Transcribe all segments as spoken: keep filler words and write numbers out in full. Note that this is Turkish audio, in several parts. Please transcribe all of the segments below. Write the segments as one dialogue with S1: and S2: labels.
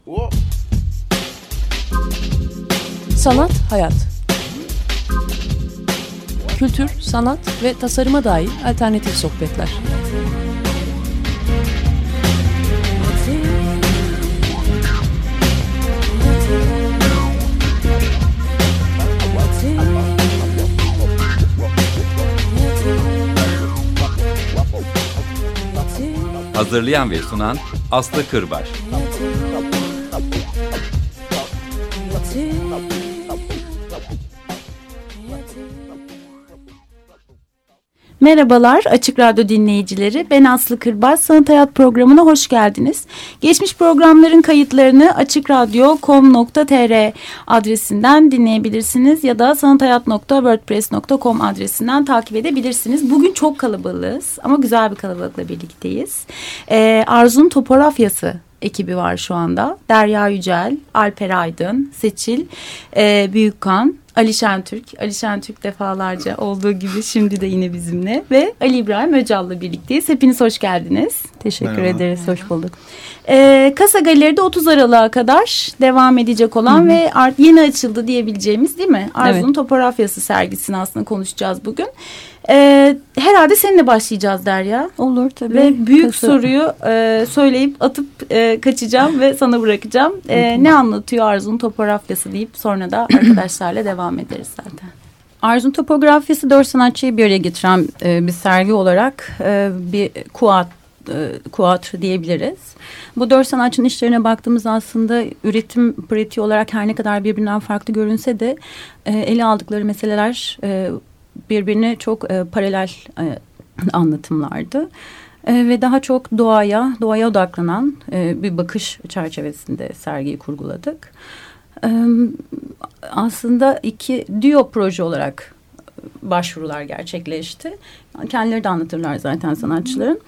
S1: Sanat, hayat. Kültür, sanat ve tasarıma dair alternatif sohbetler.
S2: Hazırlayan ve sunan Aslı Kırbaş.
S3: Merhabalar Açık Radyo dinleyicileri, ben Aslı Kırbaş. Sanat Hayat programına hoş geldiniz. Geçmiş programların kayıtlarını açık radyo nokta com nokta tr adresinden dinleyebilirsiniz ya da sanathayat nokta wordpress nokta com adresinden takip edebilirsiniz. Bugün çok kalabalığız ama güzel bir kalabalıkla birlikteyiz. Ee, Arzu'nun Topografyası ekibi var şu anda. Derya Yücel, Alper Aydın, Seçil e, Büyükkan, Ali Şentürk. Ali Şentürk defalarca olduğu gibi şimdi de yine bizimle ve Ali İbrahim Öcal'la birlikteyiz. Hepiniz hoş geldiniz. Teşekkür Merhaba. ederiz. Hoş bulduk. Ee, Kasa Galeri'de otuz Aralık'a kadar devam edecek olan Hı-hı. ve art, yeni açıldı diyebileceğimiz, değil mi? Arzu'nun evet. Topografyası sergisini aslında konuşacağız bugün. Ee, herhalde seninle başlayacağız Derya.
S4: Olur tabii.
S3: Ve büyük Kasa. soruyu e, söyleyip atıp e, kaçacağım ve sana bırakacağım. E, ne anlatıyor Arzu'nun Topografyası deyip sonra da arkadaşlarla devam ederiz zaten.
S4: Arzu'nun Topografyası dört sanatçıyı bir araya getiren e, bir sergi olarak e, bir kuat kuatr diyebiliriz. Bu dört sanatçının işlerine baktığımız aslında üretim pratiği olarak her ne kadar birbirinden farklı görünse de e, ele aldıkları meseleler e, birbirine çok e, paralel e, anlatımlardı. E, ve daha çok doğaya, doğaya odaklanan e, bir bakış çerçevesinde sergiyi kurguladık. E, aslında iki duo proje olarak başvurular gerçekleşti. Kendileri de anlatırlar zaten sanatçıların.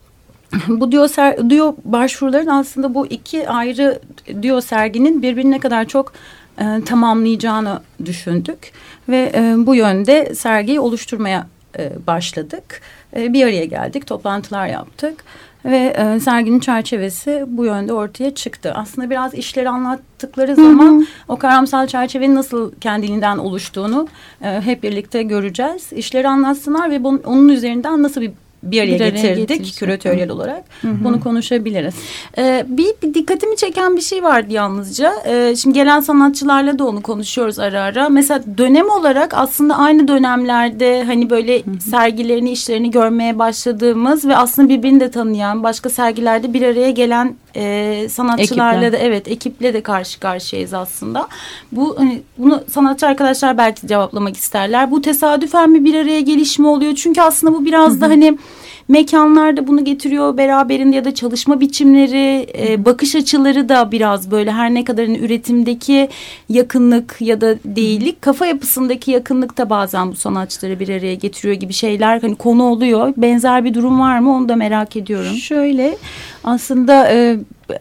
S4: Bu duo, ser, duo başvuruların aslında bu iki ayrı duo serginin birbirini ne kadar çok e, tamamlayacağını düşündük. Ve e, bu yönde sergiyi oluşturmaya e, başladık. E, bir araya geldik, toplantılar yaptık. Ve e, serginin çerçevesi bu yönde ortaya çıktı. Aslında biraz işleri anlattıkları zaman hı hı. o kavramsal çerçevenin nasıl kendiliğinden oluştuğunu e, hep birlikte göreceğiz. İşleri anlatsınlar ve bunun, onun üzerinden nasıl bir bir araya, bir araya getirdik küratöryel olarak. Hı hı. Bunu konuşabiliriz.
S3: Ee, bir, bir dikkatimi çeken bir şey vardı yalnızca. Ee, şimdi gelen sanatçılarla da onu konuşuyoruz ara ara. Mesela dönem olarak aslında aynı dönemlerde hani böyle hı hı. sergilerini, işlerini görmeye başladığımız ve aslında birbirini de tanıyan, başka sergilerde bir araya gelen e, sanatçılarla ekiple. da evet ekiple de karşı karşıyayız aslında. Bu hani bunu sanatçı arkadaşlar belki cevaplamak isterler. Bu tesadüfen mi bir araya gelişme oluyor? Çünkü aslında bu biraz hı hı. da hani mekanlarda bunu getiriyor beraberinde ya da çalışma biçimleri, e, bakış açıları da biraz böyle her ne kadar üretimdeki yakınlık ya da değillik, kafa yapısındaki yakınlık da bazen bu sanatçıları bir araya getiriyor gibi şeyler hani konu oluyor. Benzer bir durum var mı onu da merak ediyorum.
S4: Şöyle aslında e,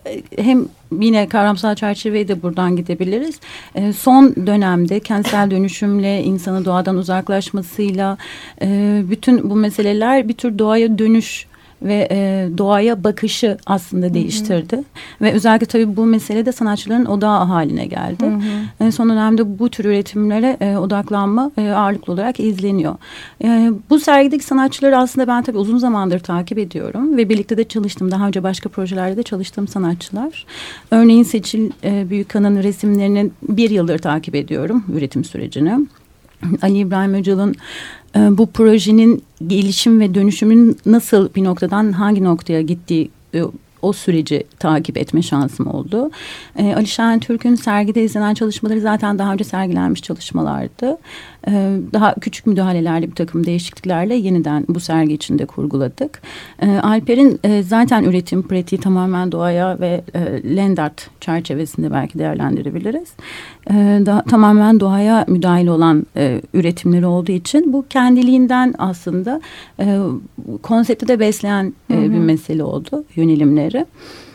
S4: hem yine kavramsal çerçeveye de buradan gidebiliriz. E, son dönemde kentsel dönüşümle, insanın doğadan uzaklaşmasıyla e, bütün bu meseleler bir tür doğaya dönüş ve e, doğaya bakışı aslında değiştirdi. Hı hı. Ve özellikle tabii bu mesele de sanatçıların odağı haline geldi. Hı hı. E, son dönemde bu tür üretimlere e, odaklanma e, ağırlıklı olarak izleniyor. E, bu sergideki sanatçıları aslında ben tabii uzun zamandır takip ediyorum ve birlikte de çalıştım. Daha önce başka projelerde de çalıştığım sanatçılar. Örneğin Seçil e, Büyükkan'ın resimlerini bir yıldır takip ediyorum, üretim sürecini. Ali İbrahim Öcal'ın e, bu projenin gelişim ve dönüşümünün nasıl bir noktadan hangi noktaya gittiği e, o süreci takip etme şansım oldu. E, Ali Şentürk'ün sergide izlenen çalışmaları zaten daha önce sergilenmiş çalışmalardı. E, daha küçük müdahalelerle bir takım değişikliklerle yeniden bu sergi içinde kurguladık. E, Alper'in e, zaten üretim pratiği tamamen doğaya ve e, land art çerçevesinde belki değerlendirebiliriz. E, da, tamamen doğaya müdahil olan e, üretimleri olduğu için bu kendiliğinden aslında e, konsepti de besleyen e, bir mesele oldu, yönelimleri.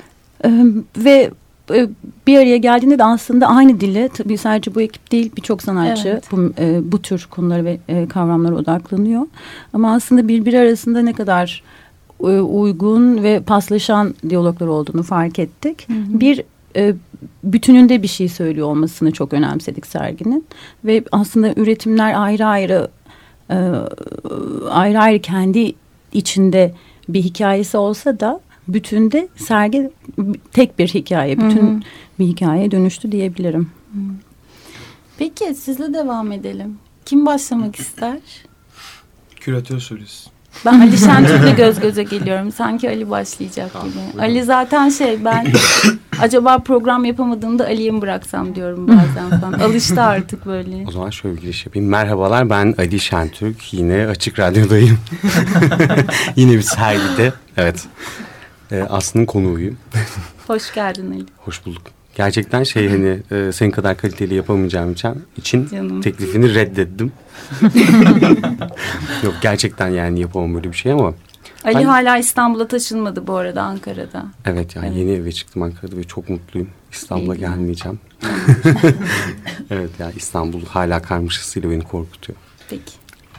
S4: E, ve e, bir araya geldiğinde de aslında aynı dille, tabii sadece bu ekip değil, birçok sanatçı evet. bu, e, bu tür konulara ve e, kavramlara odaklanıyor. Ama aslında birbiri arasında ne kadar e, uygun ve paslaşan diyaloglar olduğunu fark ettik. Hı hı. Bir e, bütününde bir şey söylüyor olmasını çok önemsedik serginin. Ve aslında üretimler ayrı ayrı e, ayrı ayrı kendi içinde bir hikayesi olsa da bütünde sergi tek bir hikaye, bütün hı hı. bir hikayeye dönüştü diyebilirim. Hı.
S3: Peki sizle devam edelim. Kim başlamak ister?
S5: Küratör söylesin.
S3: Ben Ali Şentürk'le göz göze geliyorum. Sanki Ali başlayacak gibi. Tamam, Ali zaten şey, ben acaba program yapamadığımda Ali'ye mi bıraksam diyorum bazen falan. Alıştı artık böyle.
S6: O zaman şöyle bir giriş yapayım. Merhabalar, ben Ali Şentürk. Yine Açık Radyo'dayım. Yine bir sergide. Evet. Ee, Aslı'nın konuğuyum.
S3: Hoş geldin Ali.
S6: Hoş bulduk. Gerçekten şey hani e, senin kadar kaliteli yapamayacağım için Canım. teklifini reddettim. Yok gerçekten yani yapamam böyle bir şey ama.
S3: Ali ben... hala İstanbul'a taşınmadı bu arada, Ankara'da.
S6: Evet yani evet. Yeni eve çıktım Ankara'da ve çok mutluyum. İstanbul'a İyi. gelmeyeceğim. Evet ya, İstanbul hala karmaşasıyla beni korkutuyor.
S3: Peki.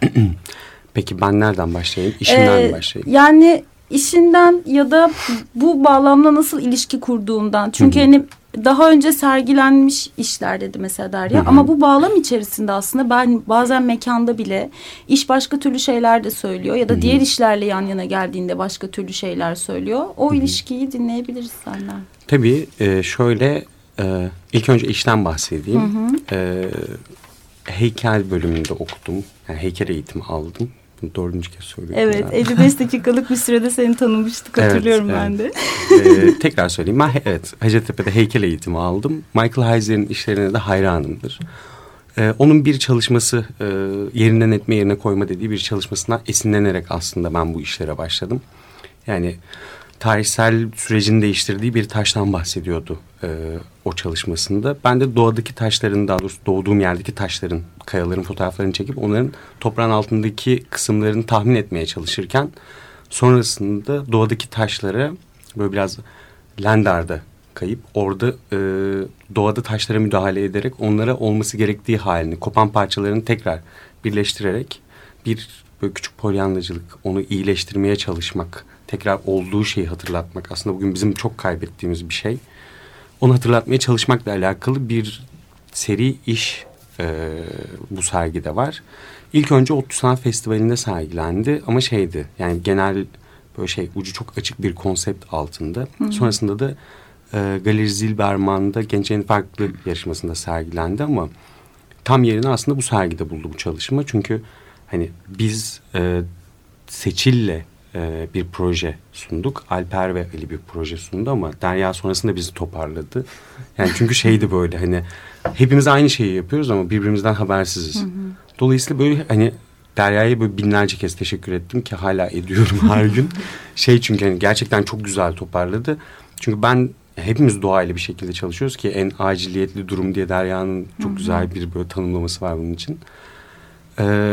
S6: Peki ben nereden başlayayım? İşimden ee, mi başlayayım?
S3: Yani işinden ya da bu bağlamla nasıl ilişki kurduğundan. Çünkü hani daha önce sergilenmiş işler dedi mesela Derya. Ama bu bağlam içerisinde aslında ben bazen mekanda bile iş başka türlü şeyler de söylüyor. Ya da Hı-hı. diğer işlerle yan yana geldiğinde başka türlü şeyler söylüyor. O Hı-hı. ilişkiyi dinleyebiliriz senden.
S6: Tabii e, şöyle e, ilk önce işten bahsedeyim. E, heykel bölümünde okudum. Yani heykel eğitimi aldım. Dördüncü kez söylüyorum.
S3: Evet, yani. elli beş dakikalık bir sürede seni tanımıştık, hatırlıyorum evet, evet.
S6: ben de. ee, tekrar söyleyeyim. Ben evet, Hacettepe'de heykel eğitimi aldım. Michael Heiser'in işlerine de hayranımdır. Ee, onun bir çalışması, e, yerinden etme yerine koyma dediği bir çalışmasından esinlenerek aslında ben bu işlere başladım. Yani tarihsel sürecini değiştirdiği bir taştan bahsediyordu e, o çalışmasında. Ben de doğadaki taşların, daha doğrusu doğduğum yerdeki taşların, kayaların fotoğraflarını çekip onların toprağın altındaki kısımlarını tahmin etmeye çalışırken sonrasında doğadaki taşlara böyle biraz Lendar'da kayıp orada e, doğada taşlara müdahale ederek onlara olması gerektiği halini, kopan parçalarını tekrar birleştirerek bir böyle küçük polyanlacılık, onu iyileştirmeye çalışmak, tekrar olduğu şeyi hatırlatmak. Aslında bugün bizim çok kaybettiğimiz bir şey. Onu hatırlatmaya çalışmakla alakalı bir seri iş e, bu sergide var. İlk önce ODTÜ Sanat Festivali'nde sergilendi ama şeydi yani genel böyle şey ucu çok açık bir konsept altında. Hı-hı. Sonrasında da e, Galeri Zilberman'da Gençlerin Farklı yarışmasında sergilendi ama tam yerini aslında bu sergide buldu bu çalışma. Çünkü hani biz e, Seçil'le e, bir proje sunduk. Alper ve Ali bir proje sundu ama Derya sonrasında bizi toparladı. Yani çünkü şeydi böyle hani hepimiz aynı şeyi yapıyoruz ama birbirimizden habersiziz. Hı hı. Dolayısıyla böyle hani Derya'ya böyle binlerce kez teşekkür ettim ki hala ediyorum her gün. Şey çünkü hani gerçekten çok güzel toparladı. Çünkü ben hepimiz doğayla bir şekilde çalışıyoruz ki en aciliyetli durum diye Derya'nın çok hı hı. güzel bir böyle tanımlaması var bunun için. Ee,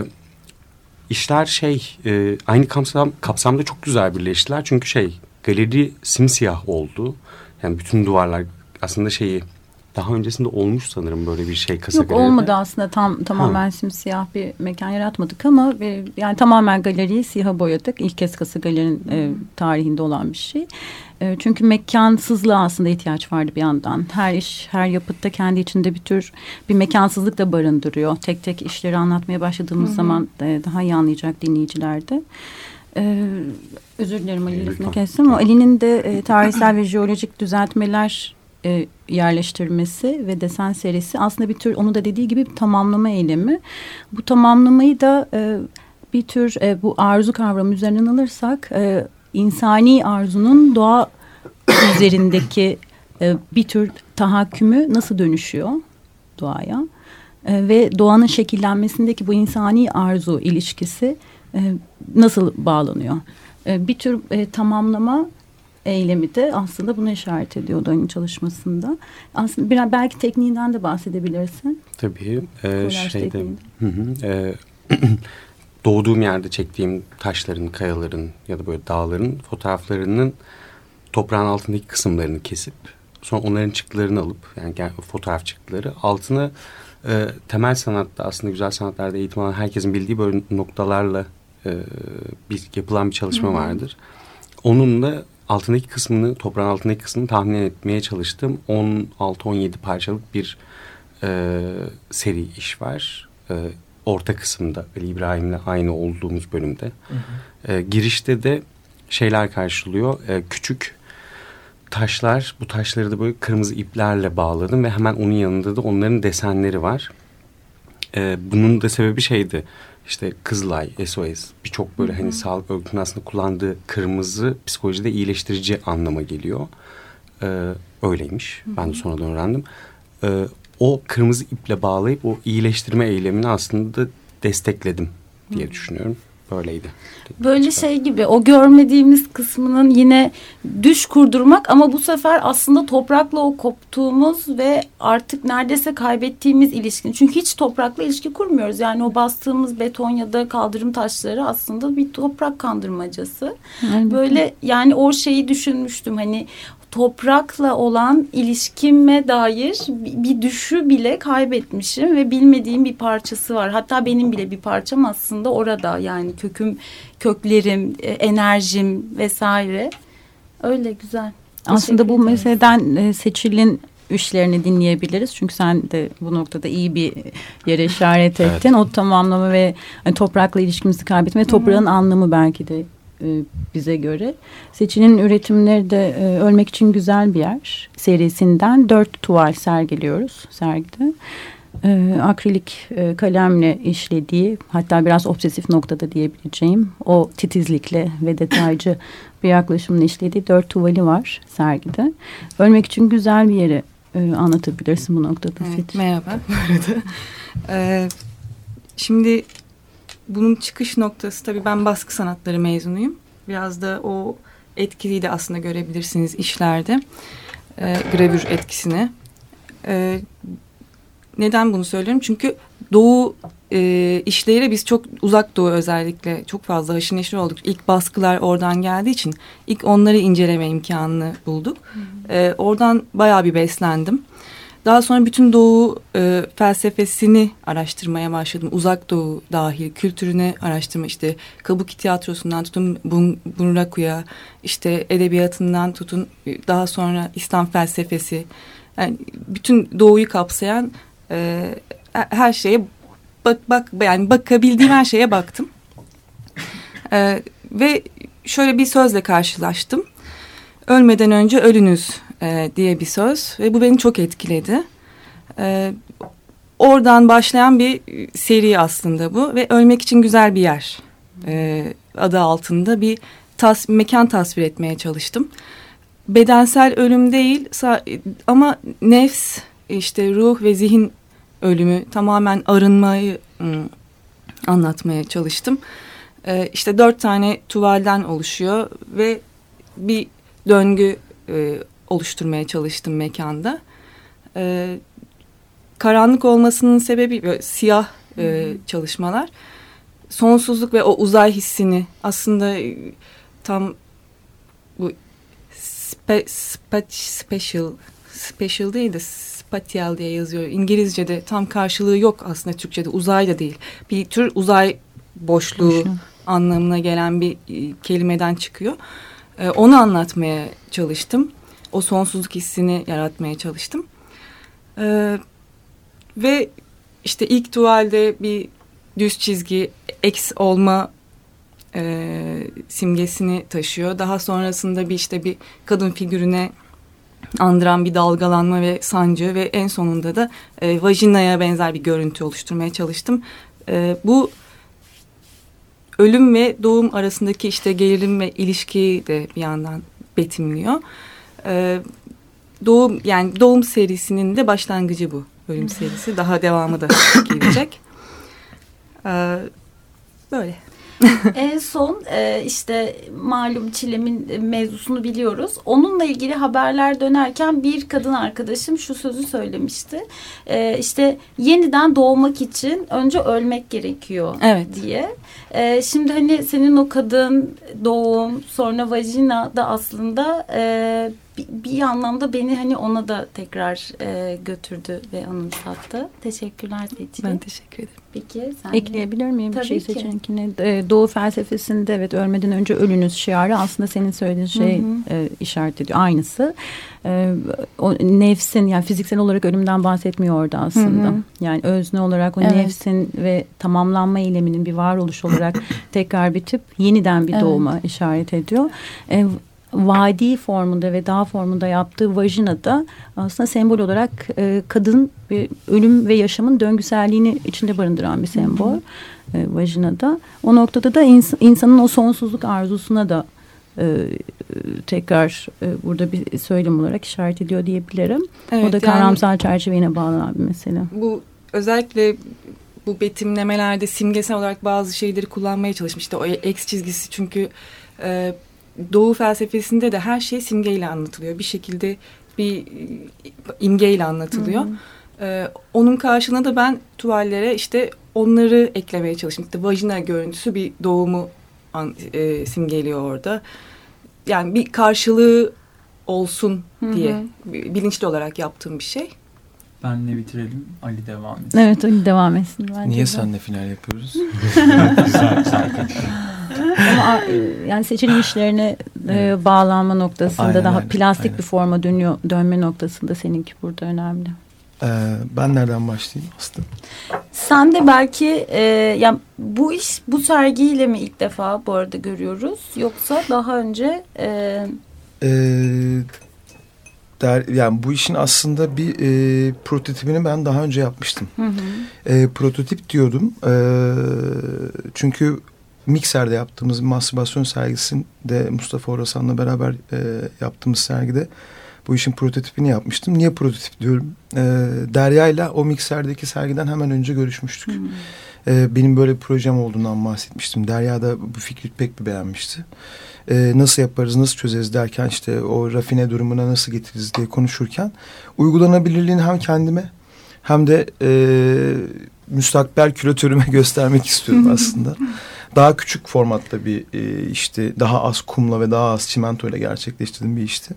S6: işler şey e, aynı kapsam, kapsamda çok güzel birleştiler. Çünkü şey galeri simsiyah oldu. Yani bütün duvarlar aslında şeyi daha öncesinde olmuş sanırım böyle bir şey kasa
S4: Yok galeride. Olmadı aslında tam tamamen ha. simsiyah bir mekan yaratmadık ama e, yani tamamen galeriyi siyaha boyadık. İlk kez kasa galerinin e, tarihinde olan bir şey. E, çünkü mekansızlığa aslında ihtiyaç vardı bir yandan. Her iş, her yapıtta kendi içinde bir tür bir mekansızlık da barındırıyor. Tek tek işleri anlatmaya başladığımız Hı-hı. zaman e, daha iyi anlayacak dinleyiciler de. Ee, özür dilerim Ali lafını kestim ama Ali'nin de e, tarihsel ve jeolojik düzeltmeler e, yerleştirmesi ve desen serisi aslında bir tür onu da dediği gibi bir tamamlama eylemi. Bu tamamlamayı da e, bir tür e, bu arzu kavramı üzerinden alırsak e, insani arzunun doğa üzerindeki e, bir tür tahakkümü nasıl dönüşüyor doğaya e, ve doğanın şekillenmesindeki bu insani arzu ilişkisi e, nasıl bağlanıyor? E, bir tür e, tamamlama eylemi de aslında buna işaret ediyordu onun çalışmasında. Aslında biraz belki tekniğinden de bahsedebilirsin.
S6: Tabii. E, şeyde, hı hı, e, doğduğum yerde çektiğim taşların, kayaların ya da böyle dağların fotoğraflarının toprağın altındaki kısımlarını kesip sonra onların çıktılarını alıp yani fotoğraf çıktıları altına e, temel sanatta aslında güzel sanatlarda eğitim alan herkesin bildiği böyle noktalarla e, bir yapılan bir çalışma Hı-hı. vardır. Onunla altındaki kısmını, toprağın altındaki kısmını tahmin etmeye çalıştım. on altı on yedi parçalık bir e, seri iş var. E, orta kısımda Ali İbrahim'le aynı olduğumuz bölümde. Hı hı. E, girişte de şeyler karşılıyor. E, küçük taşlar, bu taşları da böyle kırmızı iplerle bağladım ve hemen onun yanında da onların desenleri var. E, bunun da sebebi şeydi. İşte Kızılay, S O S, birçok böyle, hı hı, hani sağlık örgütünün aslında kullandığı kırmızı psikolojide iyileştirici anlama geliyor. Ee, öyleymiş. Hı hı. Ben de sonradan öğrendim. Ee, o kırmızı iple bağlayıp o iyileştirme eylemini aslında destekledim diye, hı, düşünüyorum. Böyleydi.
S3: Böyle şey gibi, o görmediğimiz kısmının yine düş kurdurmak ama bu sefer aslında toprakla o koptuğumuz ve artık neredeyse kaybettiğimiz ilişkin. Çünkü hiç toprakla ilişki kurmuyoruz. Yani o bastığımız beton ya da kaldırım taşları aslında bir toprak kandırmacası. Aynen. Böyle yani o şeyi düşünmüştüm, hani toprakla olan ilişkime dair bir düşü bile kaybetmişim ve bilmediğim bir parçası var. Hatta benim bile bir parçam aslında orada, yani köküm, köklerim, enerjim vesaire. Öyle güzel.
S4: Aslında bu meseleden Seçil'in işlerini dinleyebiliriz. Çünkü sen de bu noktada iyi bir yere işaret ettin. Evet. O tamamlama ve hani toprakla ilişkimizi kaybetme, toprağın, hı-hı, anlamı belki de bize göre. Seçil'in üretimleri de e, Ölmek için Güzel Bir Yer serisinden dört tuval sergiliyoruz sergide. E, akrilik e, kalemle işlediği, hatta biraz obsesif noktada diyebileceğim, o titizlikle ve detaycı bir yaklaşımla işlediği dört tuvali var sergide. Ölmek için Güzel Bir Yer'i e, anlatabilirsin bu noktada.
S7: Evet, merhaba bu arada. ee, şimdi bunun çıkış noktası, tabii ben baskı sanatları mezunuyum. Biraz da o etkiyi de aslında görebilirsiniz işlerde. E, gravür etkisini. E, neden bunu söylüyorum? Çünkü Doğu e, işleriyle biz çok, Uzak Doğu özellikle çok fazla haşır neşir olduk. İlk baskılar oradan geldiği için ilk onları inceleme imkanını bulduk. E, oradan bayağı bir beslendim. Daha sonra bütün Doğu e, felsefesini araştırmaya başladım. Uzak Doğu dahil kültürünü araştırma, işte Kabuki tiyatrosundan tutun Bun, Bunraku'ya, işte edebiyatından tutun daha sonra İslam felsefesi. Yani bütün Doğu'yu kapsayan e, her şeye bak bak yani bakabildiğim her şeye baktım. E, ve şöyle bir sözle karşılaştım. Ölmeden önce ölünüz E, diye bir söz ve bu beni çok etkiledi. E, oradan başlayan bir seri aslında bu ve Ölmek için Güzel Bir Yer e, adı altında bir tas mekan tasvir etmeye çalıştım. Bedensel ölüm değil ama nefs, işte ruh ve zihin ölümü, tamamen arınmayı ım, anlatmaya çalıştım. E, işte dört tane tuvalden oluşuyor ve bir döngü e, oluşturmaya çalıştım mekanda. Ee, karanlık olmasının sebebi böyle siyah e, çalışmalar. Sonsuzluk ve o uzay hissini aslında e, tam bu spe, spe, special special değil de spatial diye yazıyor. İngilizce'de tam karşılığı yok aslında, Türkçe'de uzay da değil. Bir tür uzay boşluğu Boşluğu. anlamına gelen bir e, kelimeden çıkıyor. E, onu anlatmaya çalıştım. O sonsuzluk hissini yaratmaya çalıştım. Ee, ve işte ilk tuvalde bir düz çizgi, X olma e, simgesini taşıyor. Daha sonrasında bir işte bir kadın figürüne andıran bir dalgalanma ve sancı ve en sonunda da e, vajinaya benzer bir görüntü oluşturmaya çalıştım. E, bu ölüm ve doğum arasındaki işte gerilim ve ilişkiyi de bir yandan betimliyor. Ee, doğum yani doğum serisinin de başlangıcı bu. Ölüm serisi. Daha devamı da gelecek. Ee, böyle.
S3: En son e, işte malum Çilem'in mevzusunu biliyoruz. Onunla ilgili haberler dönerken bir kadın arkadaşım şu sözü söylemişti. E, işte yeniden doğmak için önce ölmek gerekiyor, evet, diye. E, şimdi hani senin o kadın, doğum, sonra vajina da aslında e, bir, bir anlamda beni hani ona da tekrar e, götürdü ve anımsattı. Teşekkürler Seçil.
S7: Ben teşekkür ederim.
S3: Peki sen
S4: ekleyebilir miyim
S3: Tabii
S4: bir şey
S3: ki.
S4: Seçil'inkine? Doğu felsefesinde evet ölmeden önce ölünüz şiarı aslında senin söylediğin şey
S3: Hı hı.
S4: e, işaret ediyor. Aynısı. E, o nefsin yani fiziksel olarak ölümden bahsetmiyor orada aslında.
S3: Hı hı.
S4: Yani özne olarak o
S3: Evet.
S4: nefsin ve tamamlanma eyleminin bir varoluş olarak tekrar bitip yeniden bir
S3: Evet.
S4: doğuma işaret ediyor. E, vadi formunda ve dağ formunda yaptığı vajinada aslında sembol olarak e, kadın ve ölüm ve yaşamın döngüselliğini içinde barındıran bir sembol e, vajinada. O noktada da ins- insanın o sonsuzluk arzusuna da e, tekrar e, burada bir söylem olarak işaret ediyor diyebilirim.
S7: Evet,
S4: o da
S7: yani-
S4: kavramsal çerçeveye bağlanan bir mesele.
S7: Bu özellikle bu betimlemelerde simgesel olarak bazı şeyleri kullanmaya çalışmış. İşte o X çizgisi çünkü e, Doğu felsefesinde de her şey simgeyle anlatılıyor. Bir şekilde bir e, imgeyle anlatılıyor.
S3: Hı hı.
S7: E, onun karşılığında da ben tuvallere işte onları eklemeye çalıştım. İşte vajina görüntüsü bir doğumu an, e, simgeliyor orada. Yani bir karşılığı olsun diye
S3: Hı
S7: bi- bilinçli olarak yaptığım bir şey.
S5: Benle bitirelim. Ali devam etsin.
S4: Evet öyle devam etsin. Bence
S5: Niye
S4: de.
S5: senle final yapıyoruz?
S4: Ama e, yani seçilim işlerine e, bağlanma noktasında
S5: Aynen,
S4: daha
S5: aynen,
S4: plastik
S5: aynen.
S4: bir forma dönüyor, dönme noktasında seninki burada önemli.
S5: Ee, ben nereden başlayayım Aslı?
S3: Sen de belki e, yani bu iş bu sergiyle mi ilk defa bu arada görüyoruz yoksa daha önce e,
S5: Ee, der, yani bu işin aslında bir e, prototipini ben daha önce yapmıştım.
S3: hı hı.
S5: E, prototip diyordum. E, çünkü Mikser'de yaptığımız bir mastürbasyon sergisinde Mustafa Orasan'la beraber e, yaptığımız sergide bu işin prototipini yapmıştım. Niye prototip diyorum? E, Derya'yla o Mikser'deki sergiden hemen önce görüşmüştük.
S3: Hı.
S5: E, benim böyle bir projem olduğundan bahsetmiştim. Derya da bu fikri pek bir beğenmişti. E, nasıl yaparız, nasıl çözeriz derken işte o rafine durumuna nasıl getiririz diye konuşurken uygulanabilirliğini hem kendime hem de e, müstakbel küratörüme göstermek istiyorum aslında. Daha küçük formatta bir e, işte daha az kumla ve daha az çimentoyla gerçekleştirdiğim bir işti.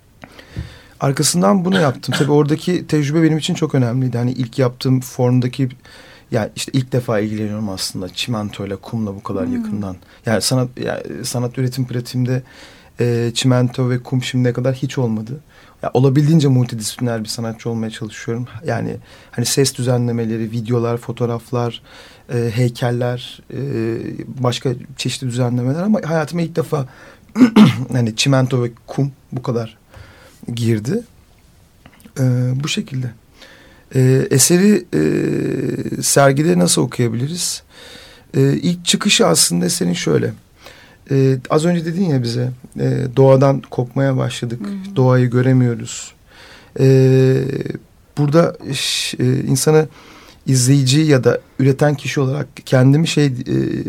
S5: Arkasından bunu yaptım. Tabii oradaki tecrübe benim için çok önemliydi. Hani ilk yaptığım formdaki yani işte ilk defa ilgileniyorum aslında çimentoyla, kumla bu kadar yakından. Yani sanat yani sanat üretim pratiğimde e, çimento ve kum şimdiye kadar hiç olmadı. Ya olabildiğince multidisipliner bir sanatçı olmaya çalışıyorum. Yani hani ses düzenlemeleri, videolar, fotoğraflar, e, heykeller, e, başka çeşitli düzenlemeler ama hayatıma ilk defa hani çimento ve kum bu kadar girdi. E, bu şekilde. E, eseri e, sergide nasıl okuyabiliriz? E, ilk çıkışı aslında eserin şöyle. Ee, az önce dedin ya bize e, doğadan kopmaya başladık. Hı-hı. Doğayı göremiyoruz. Ee, burada ş, e, insanı izleyici ya da üreten kişi olarak kendimi şey e,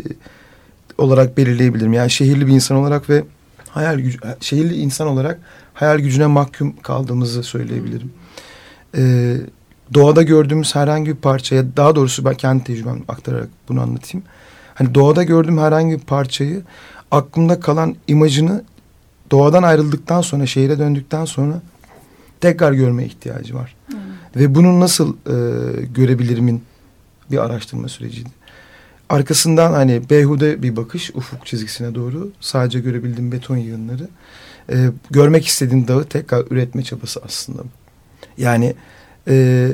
S5: olarak belirleyebilirim. Yani şehirli bir insan olarak ve hayal gücü, şehirli insan olarak hayal gücüne mahkum kaldığımızı söyleyebilirim. Ee, doğada gördüğümüz herhangi bir parçaya, daha doğrusu ben kendi tecrübemi aktararak bunu anlatayım. Hani doğada gördüğüm herhangi bir parçayı aklımda kalan imajını doğadan ayrıldıktan sonra, şehire döndükten sonra tekrar görmeye ihtiyacı var. Hmm. Ve bunu nasıl e, görebilirimin bir araştırma süreciydi. Arkasından hani beyhude bir bakış ufuk çizgisine doğru, sadece görebildiğim beton yığınları, e, görmek istediğim dağı tekrar üretme çabası aslında. Yani e,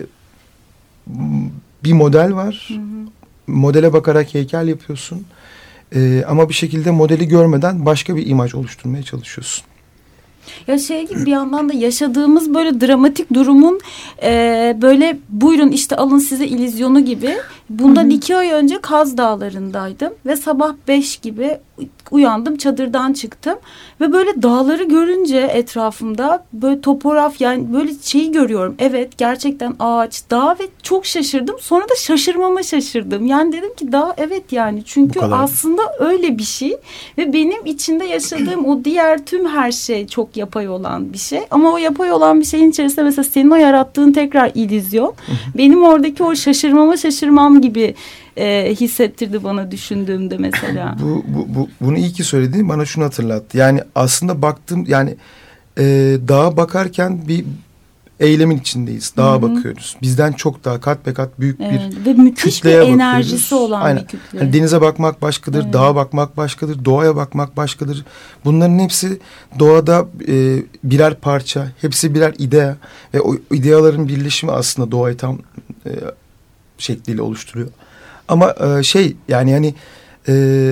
S5: bir model var, hmm. modele bakarak heykel yapıyorsun. Ee, ama bir şekilde modeli görmeden başka bir imaj oluşturmaya çalışıyorsun.
S3: Ya şey gibi bir yandan da yaşadığımız böyle dramatik durumun e, böyle buyurun işte alın size illüzyonu gibi. Bundan Hı-hı. iki ay önce Kaz Dağları'ndaydım ve sabah beş gibi uyandım, çadırdan çıktım ve böyle dağları görünce etrafımda böyle topograf, yani böyle şeyi görüyorum. Evet, gerçekten ağaç, dağ ve çok şaşırdım. Sonra da şaşırmama şaşırdım. Yani dedim ki dağ, evet yani çünkü aslında öyle bir şey ve benim içinde yaşadığım o diğer tüm her şey çok yapay olan bir şey. Ama o yapay olan bir şeyin içerisinde mesela senin o yarattığın tekrar illüzyon benim oradaki o şaşırmama şaşırmam gibi e, hissettirdi bana düşündüğümde mesela.
S5: Bu, bu, bu bunu iyi ki söylediğin bana şunu hatırlattı. Yani aslında baktım yani e, dağa bakarken bir eylemin içindeyiz. Dağa Hı-hı. bakıyoruz. Bizden çok daha kat be kat büyük
S3: evet.
S5: bir
S3: ve müthiş bir enerjisi
S5: bakıyoruz.
S3: olan
S5: Aynen.
S3: bir kütle.
S5: Yani denize bakmak başkadır, evet. dağa bakmak başkadır, doğaya bakmak başkadır. Bunların hepsi doğada e, birer parça, hepsi birer idea ve o ideaların birleşimi aslında doğayı tam e, şekliyle oluşturuyor. Ama e, şey yani hani e,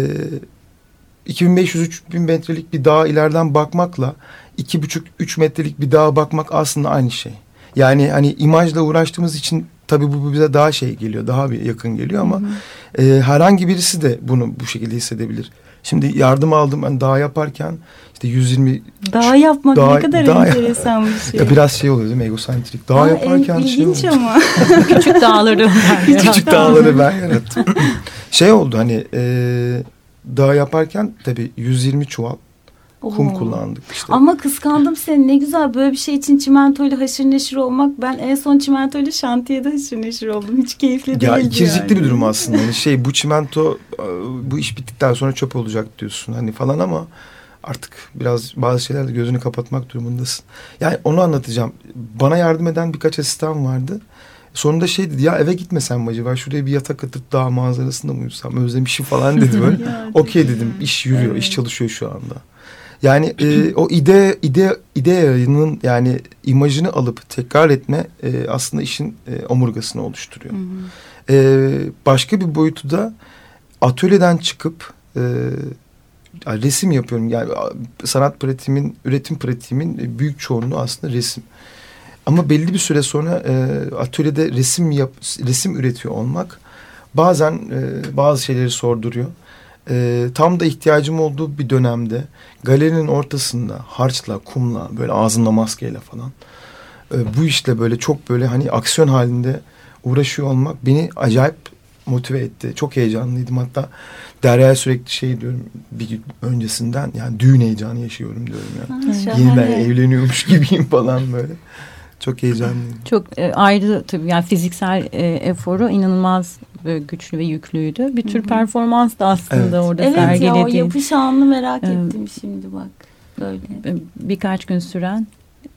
S5: iki bin beş yüz üç bin metrelik bir dağa ileriden bakmakla iki buçuk üç metrelik bir dağa bakmak aslında aynı şey. Yani hani imajla uğraştığımız için tabii bu bize daha şey geliyor, daha bir yakın geliyor ama hı hı. E, herhangi birisi de bunu bu şekilde hissedebilir. Şimdi yardım aldım ben dağ yaparken işte yüz yirmi
S3: dağ yapmak
S5: dağ,
S3: ne kadar
S5: dağ,
S3: enteresan bir şey.
S5: Ya biraz şey oluyor değil mi? Egosentrik. Dağ Aa, yaparken
S3: en,
S5: şey
S3: ilginç ama.
S4: Küçük dağları ben
S5: Küçük dağları ben yarattım. Şey oldu hani e, dağ yaparken tabii yüz yirmi çuval kum Oo. kullandık işte.
S3: Ama kıskandım seni, ne güzel böyle bir şey için çimentoyla haşır neşir olmak. Ben en son çimentoyla şantiyede haşır neşir oldum. Hiç keyifli değildi.
S5: Ya ikircikli
S3: yani.
S5: bir durum aslında. Yani şey bu çimento bu iş bittikten sonra çöp olacak diyorsun hani falan ama artık biraz bazı şeylerde gözünü kapatmak durumundasın. Yani onu anlatacağım. Bana yardım eden birkaç asistan vardı. Sonunda şey dedi ya eve gitmesem mi acaba şuraya bir yatak atıp dağ manzarasında mı uyusam özlemişim falan dedi böyle. Okey dedim iş yürüyor evet. iş çalışıyor şu anda. Yani e, o ide ide ideyanın yani imajını alıp tekrar etme e, aslında işin e, omurgasını oluşturuyor. Hı hı. E, başka bir boyutu da atölyeden çıkıp e, resim yapıyorum. Yani sanat pratiğimin, üretim pratiğimin büyük çoğunluğu aslında resim. Ama belli bir süre sonra e, atölyede resim yap, resim üretiyor olmak bazen e, bazı şeyleri sorduruyor. E, tam da ihtiyacım olduğu bir dönemde galerinin ortasında harçla, kumla, böyle ağzında maskeyle falan e, bu işle böyle çok böyle hani aksiyon halinde uğraşıyor olmak beni acayip motive etti. Çok heyecanlıydım. Hatta Derya'ya sürekli şey diyorum bir gün öncesinden yani düğün heyecanı yaşıyorum diyorum ya. Yani. Yeniden evleniyormuş gibiyim falan böyle. Çok heyecanlıyım.
S4: Çok e, ayrı tabii yani fiziksel e, eforu inanılmaz e, güçlü ve yüklüydü. Bir tür Hı-hı. performans da aslında evet. orada
S3: evet
S4: sergilediğin.
S3: Evet ya o yapış anını merak e, ettim şimdi bak. Böyle.
S4: Birkaç gün süren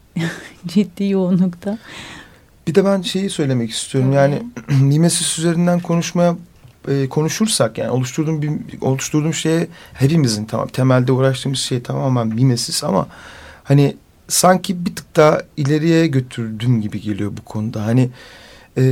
S4: ciddi yoğunlukta.
S5: Bir de ben şeyi söylemek istiyorum. Hı-hı. Yani mimesis üzerinden konuşmaya e, konuşursak yani oluşturduğum bir oluşturduğum şeye hepimizin tamam temelde uğraştığımız şey tamamen mimesis ama hani sanki bir tık daha ileriye götürdüm gibi geliyor bu konuda. Hani e...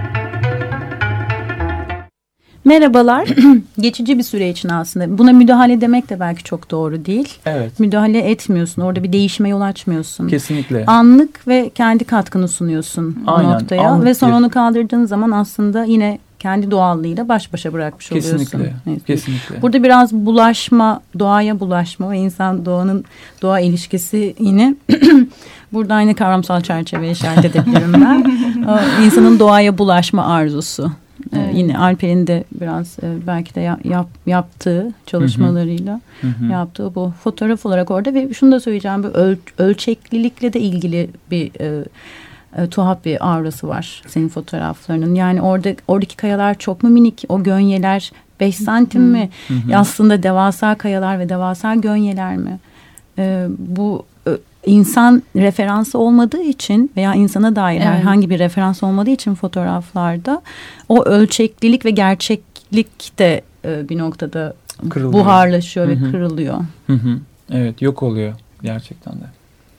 S3: Merhabalar.
S4: Geçici bir süre için aslında. Buna müdahale demek de belki çok doğru değil.
S8: Evet.
S4: Müdahale etmiyorsun. Orada bir değişime yol açmıyorsun.
S8: Kesinlikle.
S4: Anlık ve kendi katkını sunuyorsun
S8: Aynen,
S4: o noktaya. Ve sonra
S8: bir...
S4: onu kaldırdığın zaman aslında yine kendi doğallığıyla baş başa bırakmış
S8: kesinlikle,
S4: oluyorsun.
S8: Evet. Kesinlikle.
S4: Burada biraz bulaşma, doğaya bulaşma ve insan doğanın doğa ilişkisi yine burada aynı kavramsal çerçeveye işaret edebilirim ben. O, insanın doğaya bulaşma arzusu. Evet. Ee, yine Alper'in de biraz e, belki de yap, yap, yaptığı çalışmalarıyla hı hı. yaptığı bu fotoğraf olarak orada ve şunu da söyleyeceğim bu öl, ölçeklilikle de ilgili bir e, e, tuhaf bir aurası var senin fotoğraflarının. Yani orada oradaki kayalar çok mu minik, o gönyeler beş santim hı hı. mi? Hı hı. Aslında devasa kayalar ve devasa gönyeler mi? E, bu e, insan referansı olmadığı için veya insana dair evet. herhangi bir referans olmadığı için fotoğraflarda o ölçeklilik ve gerçeklik de e, bir noktada kırılıyor. Buharlaşıyor Hı-hı. ve kırılıyor.
S8: Hı-hı. Evet, yok oluyor gerçekten de.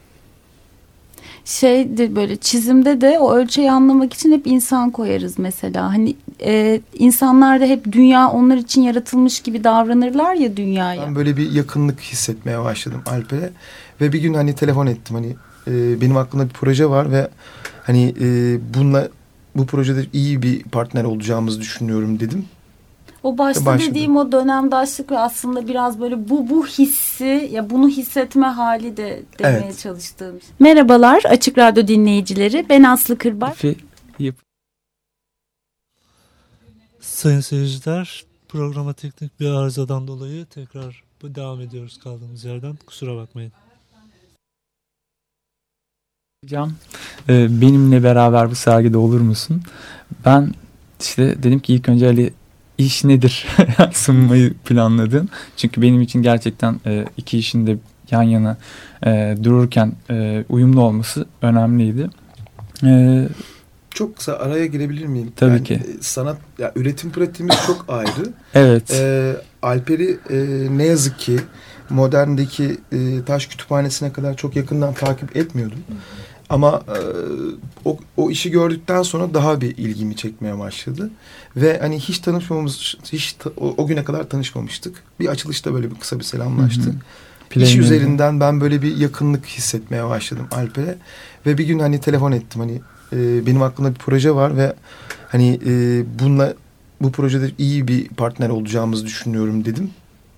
S3: Şeyde böyle çizimde de o ölçeği anlamak için hep insan koyarız mesela. Hani e, insanlar da hep dünya onlar için yaratılmış gibi davranırlar ya dünyaya.
S5: Ben böyle bir yakınlık hissetmeye başladım Alper'e. Ve bir gün hani telefon ettim hani e, benim aklımda bir proje var ve hani e, bununla bu projede iyi bir partner olacağımızı düşünüyorum dedim.
S3: O başta Başladım. dediğim o dönemdaşlık ve aslında biraz böyle bu bu hissi ya bunu hissetme hali de demeye evet. çalıştığım. Merhabalar Açık Radyo dinleyicileri, ben Aslı Kırbaş.
S9: Sayın seyirciler, programa teknik bir arızadan dolayı tekrar devam ediyoruz kaldığımız yerden. Kusura bakmayın.
S8: Can, e, benimle beraber bu sergide olur musun? Ben işte dedim ki ilk önce Ali iş nedir sunmayı planladım. Çünkü benim için gerçekten e, iki işin de yan yana e, dururken e, uyumlu olması önemliydi. E,
S5: Çok kısa araya girebilir miyim?
S8: Tabii
S5: yani,
S8: ki.
S5: Sanat, ya, üretim pratiğimiz çok ayrı.
S8: Evet.
S5: E, Alper'i e, ne yazık ki Modern'deki e, taş kütüphanesine kadar çok yakından takip etmiyordum. Ama e, o, o işi gördükten sonra daha bir ilgimi çekmeye başladı. Ve hani hiç tanışmamız, hiç ta, o, o güne kadar tanışmamıştık. Bir açılışta böyle bir kısa bir selamlaştık. Hı hı. İş üzerinden ben böyle bir yakınlık hissetmeye başladım Alper'e. Ve bir gün hani telefon ettim, hani e, benim aklımda bir proje var ve hani e, bununla bu projede iyi bir partner olacağımızı düşünüyorum dedim.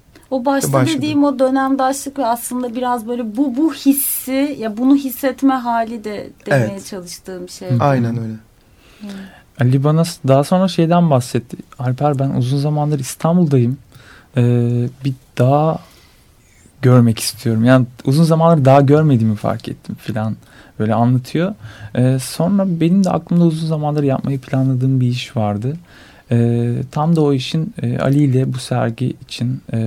S3: O başta
S5: Başladı.
S3: dediğim o dönemdaşlık ve aslında biraz böyle bu bu hissi, ya bunu hissetme hali de demeye
S5: evet.
S3: çalıştığım şey.
S5: Aynen öyle.
S3: Evet.
S8: Ali bana daha sonra şeyden bahsetti. Alper, ben uzun zamandır İstanbul'dayım. Ee, bir daha görmek istiyorum. Yani uzun zamandır daha görmediğimi fark ettim filan. Böyle anlatıyor. Ee, sonra benim de aklımda uzun zamandır yapmayı planladığım bir iş vardı. Ee, tam da o işin e, Ali ile bu sergi için e,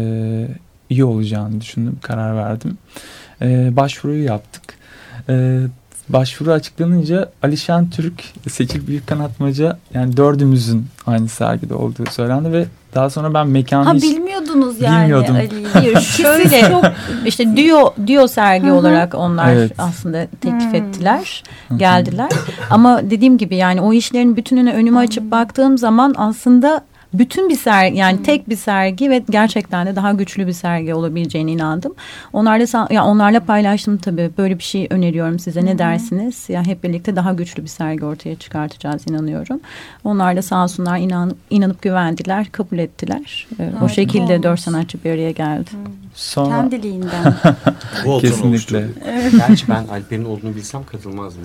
S8: iyi olacağını düşündüm, karar verdim. Ee, başvuruyu yaptık. Ee, başvuru açıklanınca Ali Şentürk, Seçil Büyükkanatmaca, yani dördümüzün aynı sergide olduğu söylendi ve daha sonra ben mekanı
S3: ha,
S8: hiç
S3: bilmiyordunuz yani
S8: bilmiyordum.
S3: Ali'yi.
S4: Şöyle çok işte duo duo sergi
S3: Hı-hı.
S4: olarak onlar
S8: Evet.
S4: aslında teklif
S3: Hmm.
S4: ettiler, geldiler. Ama dediğim gibi yani o işlerin bütününe önümü açıp baktığım zaman aslında bütün bir sergi, yani hmm. tek bir sergi ve gerçekten de daha güçlü bir sergi olabileceğine inandım. Onlarla ya onlarla paylaştım tabii. Böyle bir şey öneriyorum size. Hmm. Ne dersiniz? Ya hep birlikte daha güçlü bir sergi ortaya çıkartacağız inanıyorum. Onlar da sağ olsunlar inanıp, inanıp güvendiler, kabul ettiler. Ee, o şekilde olmuş. Dört sanatçı bir araya geldi. Hmm.
S8: Sonra...
S3: Kendiliğinden.
S8: Kesinlikle.
S6: Evet. Gerçi ben Alper'in olduğunu bilsem katılmazdım.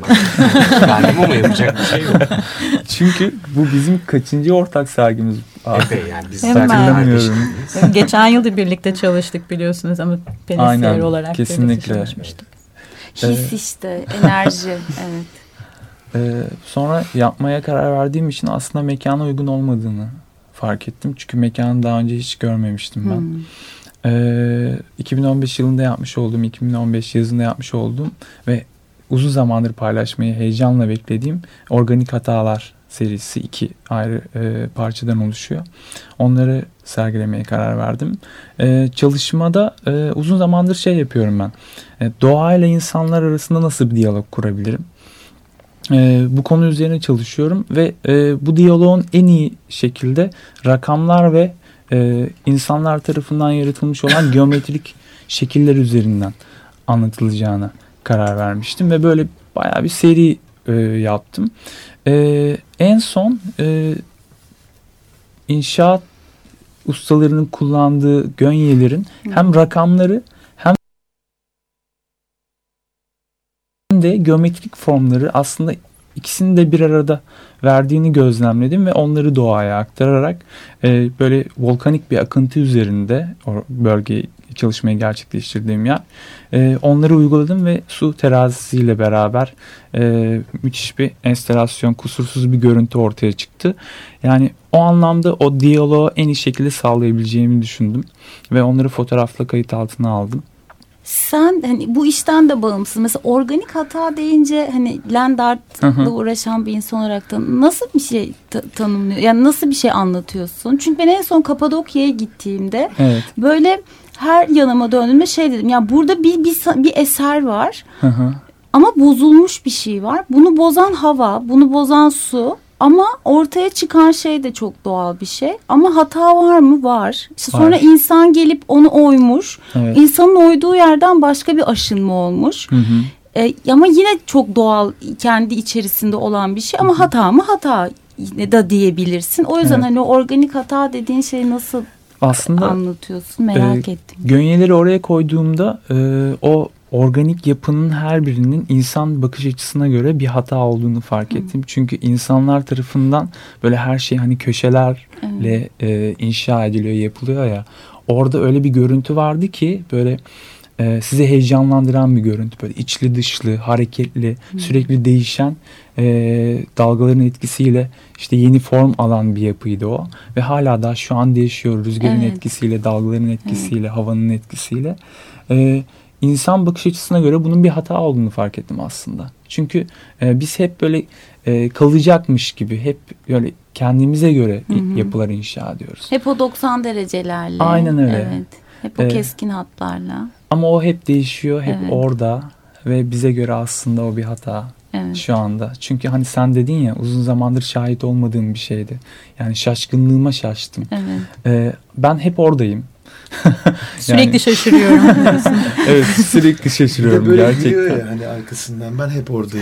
S6: Geldim ama yapacak bir şey yok.
S8: Çünkü bu bizim kaçıncı ortak sergimiz?
S6: Epey yani. Biz
S8: hatırlamıyorum.
S4: Geçen yıl da birlikte çalıştık biliyorsunuz ama Penisiyer olarak
S8: kesinlikle
S4: çalışmıştık.
S3: His işte, enerji. Evet.
S8: Ee, sonra yapmaya karar verdiğim için aslında mekana uygun olmadığını fark ettim. Çünkü mekanı daha önce hiç görmemiştim ben. Hmm. Ee, iki bin on beş yılında yapmış olduğum, iki bin on beş yazında yapmış olduğum ve uzun zamandır paylaşmayı heyecanla beklediğim Organik Hatalar serisi iki ayrı e, parçadan oluşuyor. Onları sergilemeye karar verdim. E, çalışmada e, uzun zamandır şey yapıyorum ben. E, doğayla insanlar arasında nasıl bir diyalog kurabilirim? E, bu konu üzerine çalışıyorum ve e, bu diyaloğun en iyi şekilde rakamlar ve e, insanlar tarafından yaratılmış olan geometrik şekiller üzerinden anlatılacağına karar vermiştim ve böyle bayağı bir seri e, yaptım. Ee, en son e, inşaat ustalarının kullandığı gönyelerin hmm. hem rakamları hem de geometrik formları aslında ikisini de bir arada verdiğini gözlemledim ve onları doğaya aktararak e, böyle volkanik bir akıntı üzerinde o bölgeyi çalışmayı gerçekleştirdiğim yer. E, onları uyguladım ve su terazisiyle beraber e, müthiş bir enstalasyon, kusursuz bir görüntü ortaya çıktı. Yani o anlamda o diyaloğu en iyi şekilde sağlayabileceğimi düşündüm ve onları fotoğrafla kayıt altına aldım.
S3: Sen hani bu işten de bağımsız. Mesela organik hata deyince hani land art'la uğraşan bir insan olarak da nasıl bir şey ta- tanımlıyor? Yani nasıl bir şey anlatıyorsun? Çünkü ben en son Kapadokya'ya gittiğimde
S8: evet.
S3: böyle her yanıma döndüğümde şey dedim. Ya burada bir bir, bir eser var. Hı hı. Ama bozulmuş bir şey var. Bunu bozan hava, bunu bozan su. Ama ortaya çıkan şey de çok doğal bir şey. Ama hata var mı? Var. İşte sonra var. İnsan gelip onu oymuş. Evet. İnsanın oyduğu yerden başka bir aşınma olmuş. Hı hı. E, ama yine çok doğal, kendi içerisinde olan bir şey. Ama hı hı. hata mı? Hata da diyebilirsin. O yüzden evet. hani o organik hata dediğin şeyi nasıl aslında anlatıyorsun? Merak
S8: e,
S3: ettim.
S8: Gönyeleri oraya koyduğumda e, o organik yapının her birinin insan bakış açısına göre bir hata olduğunu fark ettim. Hmm. Çünkü insanlar tarafından böyle her şey hani köşelerle evet. e, inşa ediliyor, yapılıyor ya. Orada öyle bir görüntü vardı ki böyle e, sizi heyecanlandıran bir görüntü. Böyle içli dışlı, hareketli, hmm. sürekli değişen e, dalgaların etkisiyle işte yeni form alan bir yapıydı o. Ve hala da şu an değişiyor. Rüzgarın evet. etkisiyle, dalgaların etkisiyle, evet. havanın etkisiyle. E, insan bakış açısına göre bunun bir hata olduğunu fark ettim aslında. Çünkü e, biz hep böyle e, kalacakmış gibi, hep böyle kendimize göre
S3: Hı hı.
S8: yapılar inşa ediyoruz.
S3: Hep o doksan derecelerle.
S8: Aynen öyle.
S3: Evet. Hep o
S8: Ee,
S3: keskin hatlarla.
S8: Ama o hep değişiyor, hep
S3: Evet.
S8: orada ve bize göre aslında o bir hata
S3: Evet.
S8: şu anda. Çünkü hani sen dedin ya, uzun zamandır şahit olmadığım bir şeydi. Yani şaşkınlığıma şaştım.
S3: Evet.
S8: Ee, ben hep oradayım.
S3: Sürekli
S8: Yani-
S3: şaşırıyorum diyorsun.
S8: Evet, sürekli şaşırıyorum
S5: Bir de böyle
S8: gerçekten.
S5: gülüyor ya hani arkasından, ben hep oradayım.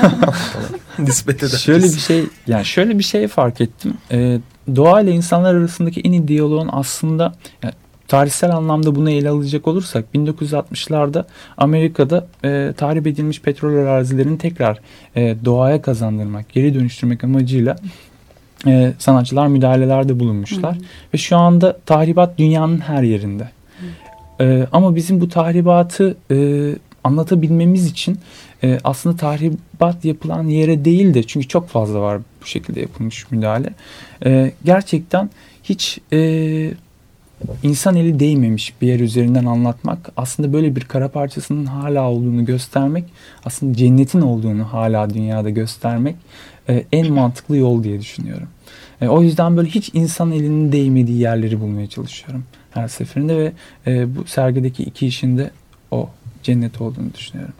S5: Nispet eder.
S8: Şöyle bir şey, yani şöyle bir şey fark ettim. Ee, doğa ile insanlar arasındaki en iyi diyaloğun aslında, yani tarihsel anlamda bunu ele alacak olursak, bin dokuz yüz altmışlarda Amerika'da e, tahrip edilmiş petrol arazilerini tekrar e, doğaya kazandırmak, geri dönüştürmek amacıyla e, sanatçılar müdahalelerde bulunmuşlar.
S3: Hı.
S8: Ve şu anda tahribat dünyanın her yerinde. E, ama bizim bu tahribatı e, anlatabilmemiz için e, aslında tahribat yapılan yere değil de, çünkü çok fazla var bu şekilde yapılmış müdahale. E, gerçekten hiç e, insan eli değmemiş bir yer üzerinden anlatmak, aslında böyle bir kara parçasının hala olduğunu göstermek, aslında cennetin olduğunu hala dünyada göstermek e, en mantıklı yol diye düşünüyorum. E, o yüzden böyle hiç insan elinin değmediği yerleri bulmaya çalışıyorum her seferinde ve e, bu sergideki iki işin de o cennet olduğunu düşünüyorum.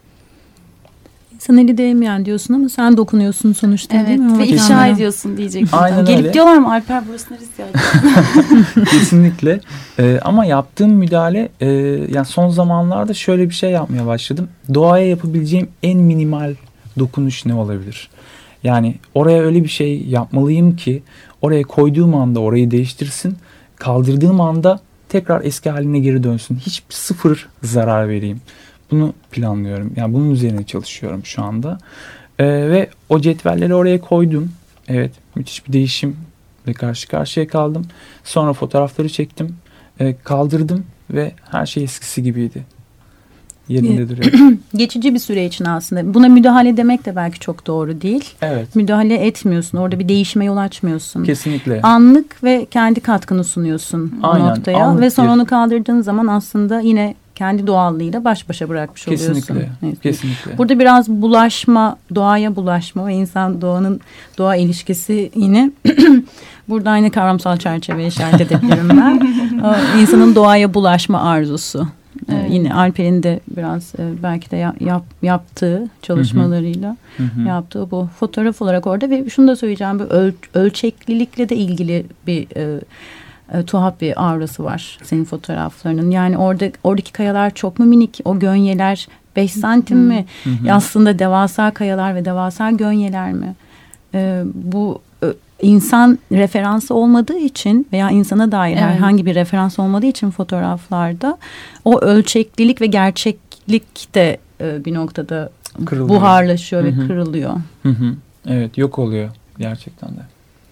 S4: İnsan eli değmeyen diyorsun ama sen dokunuyorsun sonuçta,
S3: Evet
S4: değil mi?
S3: ve
S4: Ama
S3: ifşa
S4: kendine-
S3: ediyorsun diyecektim.
S8: Aynen
S3: Gelip
S8: öyle.
S3: diyorlar mı Alper burası neresi ya?
S8: Kesinlikle. Ee, ama yaptığım müdahale e, yani son zamanlarda şöyle bir şey yapmaya başladım. Doğaya yapabileceğim en minimal dokunuş ne olabilir? Yani oraya öyle bir şey yapmalıyım ki oraya koyduğum anda orayı değiştirsin. Kaldırdığım anda tekrar eski haline geri dönsün. Hiç sıfır zarar vereyim. Bunu planlıyorum. Yani bunun üzerine çalışıyorum şu anda. Ee, ve o cetvelleri oraya koydum. Evet, müthiş bir değişim ve karşı karşıya kaldım. Sonra fotoğrafları çektim, e, kaldırdım ve her şey eskisi gibiydi. Yerinde duruyor.
S4: Geçici bir süre için aslında. Buna müdahale demek de belki çok doğru değil.
S8: Evet,
S4: Müdahale etmiyorsun. Orada bir değişime yol açmıyorsun.
S8: kesinlikle.
S4: Anlık ve kendi katkını sunuyorsun o
S8: Aynen,
S4: noktaya.
S8: anlık
S4: Ve sonra
S8: bir-
S4: onu kaldırdığın zaman aslında yine kendi doğallığıyla baş başa bırakmış oluyorsun.
S8: Kesinlikle,
S4: Evet.
S8: kesinlikle.
S4: Burada biraz bulaşma, doğaya bulaşma ve insan doğanın doğa ilişkisi yine burada aynı kavramsal çerçeveye işaret edebilirim ben. O insanın doğaya bulaşma arzusu. Ee,
S3: Evet.
S4: yine Alper'in de biraz e, belki de ya- yap, yaptığı çalışmalarıyla
S8: Hı hı.
S4: yaptığı bu fotoğraf olarak orada ve şunu da söyleyeceğim, bu öl, ölçeklilikle de ilgili bir e, e, tuhaf bir aurası var senin fotoğraflarının. Yani orada oradaki kayalar çok mu minik, o gönyeler beş santim mi?
S8: Hı hı.
S4: Aslında devasa kayalar ve devasa gönyeler mi? E, bu e, insan referansı olmadığı için veya insana dair
S3: Evet.
S4: herhangi bir referans olmadığı için fotoğraflarda o ölçeklilik ve gerçeklik de e, bir noktada
S8: Kırılıyor.
S4: buharlaşıyor
S8: Hı
S4: ve
S8: hı.
S4: kırılıyor.
S8: Hı hı. Evet, yok oluyor gerçekten de.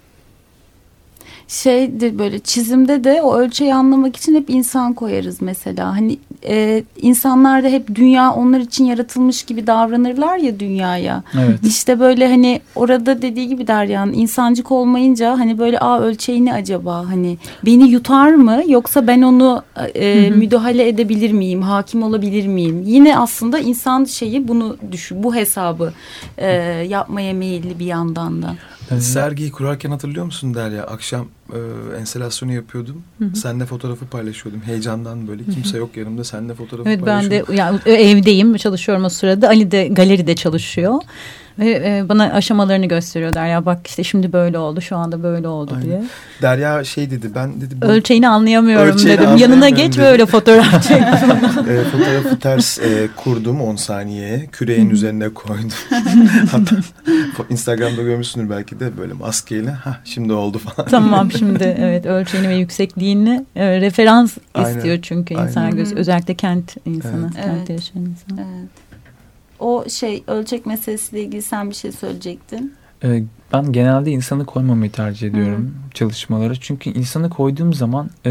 S3: Şeydir böyle çizimde de o ölçeği anlamak için hep insan koyarız mesela. Hani e, insanlar da hep dünya onlar için yaratılmış gibi davranırlar ya dünyaya.
S8: Evet.
S3: İşte böyle hani orada dediği gibi Derya'nın insancık olmayınca hani böyle aa ölçeği ne acaba, hani beni yutar mı yoksa ben onu e,
S4: Hı hı.
S3: müdahale edebilir miyim, hakim olabilir miyim? Yine aslında insan şeyi bunu düşün, bu hesabı e, yapmaya meyilli bir yandan da.
S8: Ee,
S5: Sergiyi kurarken hatırlıyor musun Derya? Akşam e, enstalasyonu yapıyordum. Seninle fotoğrafı paylaşıyordum. Heyecandan böyle. Kimse yok yanımda. Seninle fotoğrafı
S4: Evet, ben de
S5: paylaşıyordum.
S4: yani evdeyim, çalışıyorum o sırada. Ali de galeride çalışıyor. Ve e, bana aşamalarını gösteriyor Derya. Bak işte şimdi böyle oldu, şu anda böyle oldu
S5: Aynen.
S4: diye.
S5: Derya şey dedi. Ben dedi bu
S4: Ölçeğini anlayamıyorum
S5: Ölçeğini
S4: dedim. Yanına
S5: anlayamıyorum
S4: geç
S5: dedi.
S4: ve öyle fotoğraf çek.
S5: e, fotoğrafı ters e, kurdum on saniyeye. Küreğin üzerine koydum. Hatta Instagram'da görmüşsündür belki de, böyle maskeyle. Hah şimdi oldu falan.
S4: Tamam, şimdi evet ölçeğini ve yüksekliğini e, referans
S5: Aynen.
S4: istiyor çünkü insan
S5: Aynen.
S4: gözü. Özellikle kent insanı,
S3: Evet.
S4: kentte yaşayan insan.
S3: Evet. O şey ölçek meselesiyle ilgili sen bir şey söyleyecektin.
S8: Ee, ben genelde insanı koymamayı tercih ediyorum çalışmalara. Çünkü insanı koyduğum zaman e,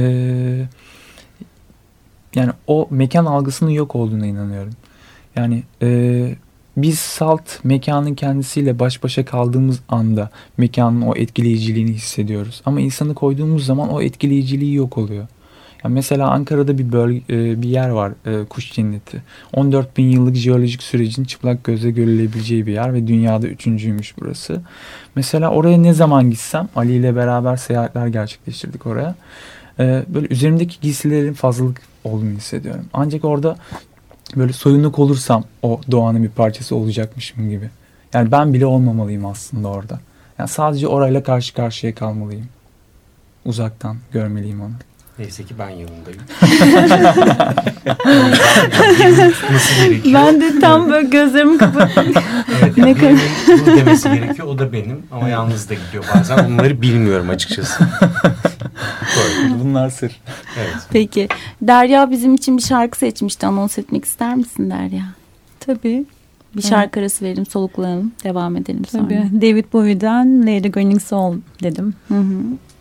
S8: yani o mekan algısının yok olduğuna inanıyorum. Yani e, biz salt mekanın kendisiyle baş başa kaldığımız anda mekanın o etkileyiciliğini hissediyoruz. Ama insanı koyduğumuz zaman o etkileyiciliği yok oluyor. Yani mesela Ankara'da bir bölge, bir yer var, kuş cenneti. on dört bin yıllık jeolojik sürecin çıplak gözle görülebileceği bir yer ve dünyada üçüncüymüş burası. Mesela oraya ne zaman gitsem, Ali ile beraber seyahatler gerçekleştirdik oraya. Böyle üzerimdeki giysilerin fazlalık olduğunu hissediyorum. Ancak orada böyle soyunuk olursam o doğanın bir parçası olacakmışım gibi. Yani ben bile olmamalıyım aslında orada. Yani sadece orayla karşı karşıya kalmalıyım. Uzaktan görmeliyim onu.
S6: Neyse ki ben yanındayım.
S3: Ben de tam böyle gözlerimi kapattım.
S6: Evet, yani birinin bunu demesi gerekiyor. O da benim ama yalnız da gidiyor bazen. Onları bilmiyorum açıkçası.
S8: Bunlar sır.
S6: Evet.
S3: Peki. Derya bizim için bir şarkı seçmişti. Anons etmek ister misin Derya?
S4: Tabii.
S3: Bir şarkı arası verelim, soluklanalım. Devam edelim sonra.
S4: Tabii. David Bowie'den Lady Grinning Soul dedim.
S3: Hı hı.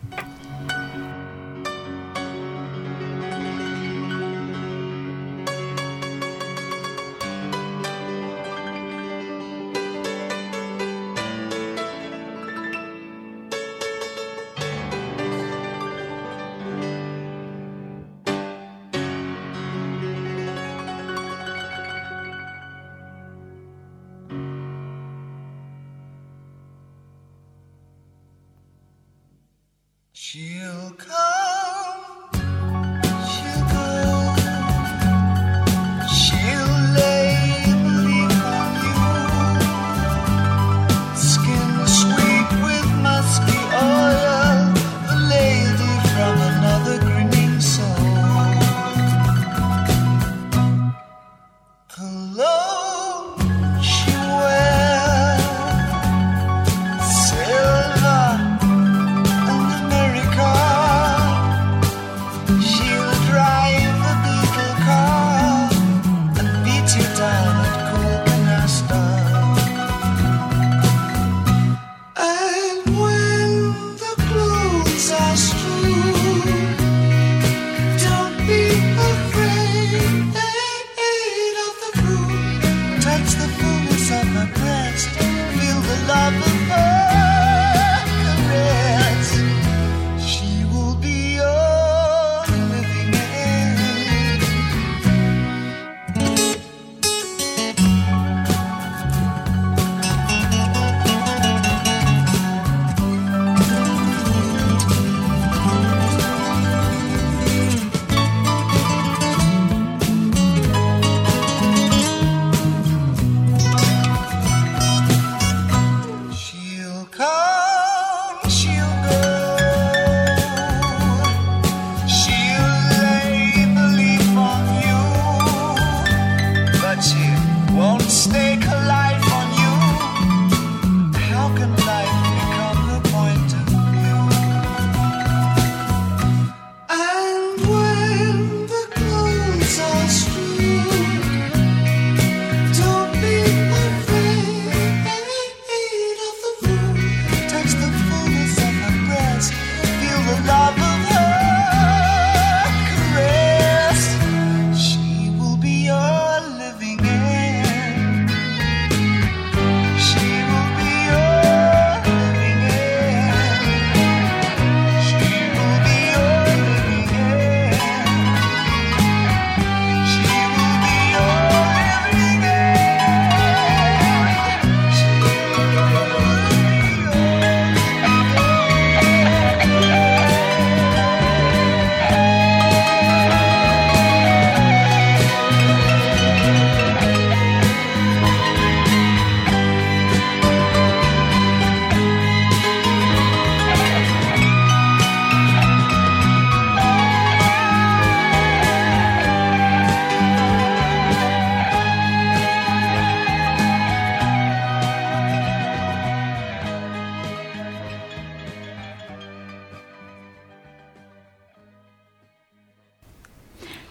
S10: She'll come, she'll go, she'll lay the leaf on you, skin sweet with musky oil, the lady from another grinning soul. Cologne she wears, silver America.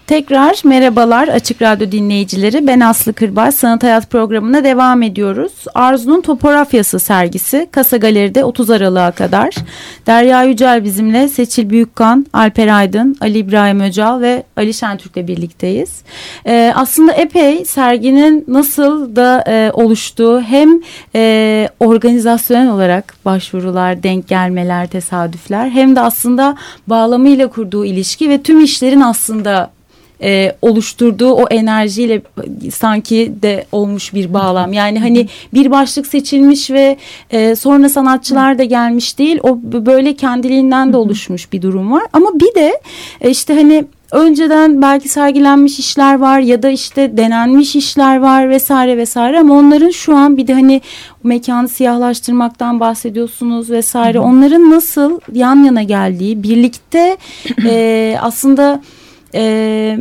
S3: Tekrar merhabalar Açık Radyo dinleyicileri. Ben Aslı Kırbaş. Sanat Hayat programına devam ediyoruz. Arzu'nun Topografyası sergisi Kasa Galeri'de otuz Aralık'a kadar. Derya Yücel bizimle, Seçil Büyükkan, Alper Aydın, Ali İbrahim Öcal ve Ali Şentürk'le birlikteyiz. Ee, aslında epey serginin nasıl da e, oluştuğu, hem e, organizasyonel olarak başvurular, denk gelmeler, tesadüfler, hem de aslında bağlamıyla kurduğu ilişki ve tüm işlerin aslında e, oluşturduğu o enerjiyle sanki de olmuş bir bağlam. Yani hani bir başlık seçilmiş ve e, sonra sanatçılar da gelmiş değil. O böyle kendiliğinden de oluşmuş bir durum var. Ama bir de e, işte hani önceden belki sergilenmiş işler var ya da işte denenmiş işler var vesaire vesaire, ama onların şu an bir de hani mekanı siyahlaştırmaktan bahsediyorsunuz vesaire. Hı hı. Onların nasıl yan yana geldiği, birlikte e, aslında e,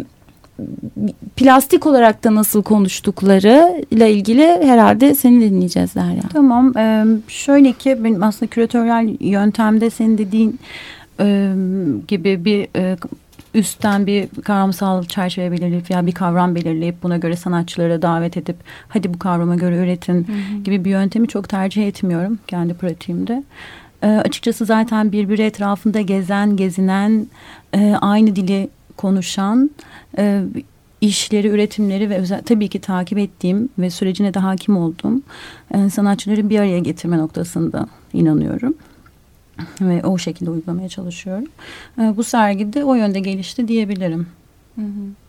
S3: plastik olarak da nasıl konuştukları ile ilgili herhalde seni dinleyeceğiz Derya.
S4: Tamam. E, şöyle ki benim aslında küratöryal yöntemde senin dediğin e, gibi bir e, üstten bir kavramsal çerçeve belirleyip veya bir kavram belirleyip buna göre sanatçılara davet edip hı bu kavrama göre üretin hı hı. gibi bir yöntemi çok tercih etmiyorum kendi pratiğimde. E, açıkçası zaten birbiri etrafında gezen, gezinen, e, aynı dili konuşan, e, işleri, üretimleri ve özel, tabii ki takip ettiğim ve sürecine de hakim olduğum e, sanatçıları bir araya getirme noktasında inanıyorum. Ve o şekilde uygulamaya çalışıyorum. E, bu sergide o yönde gelişti diyebilirim.
S3: Hı hı.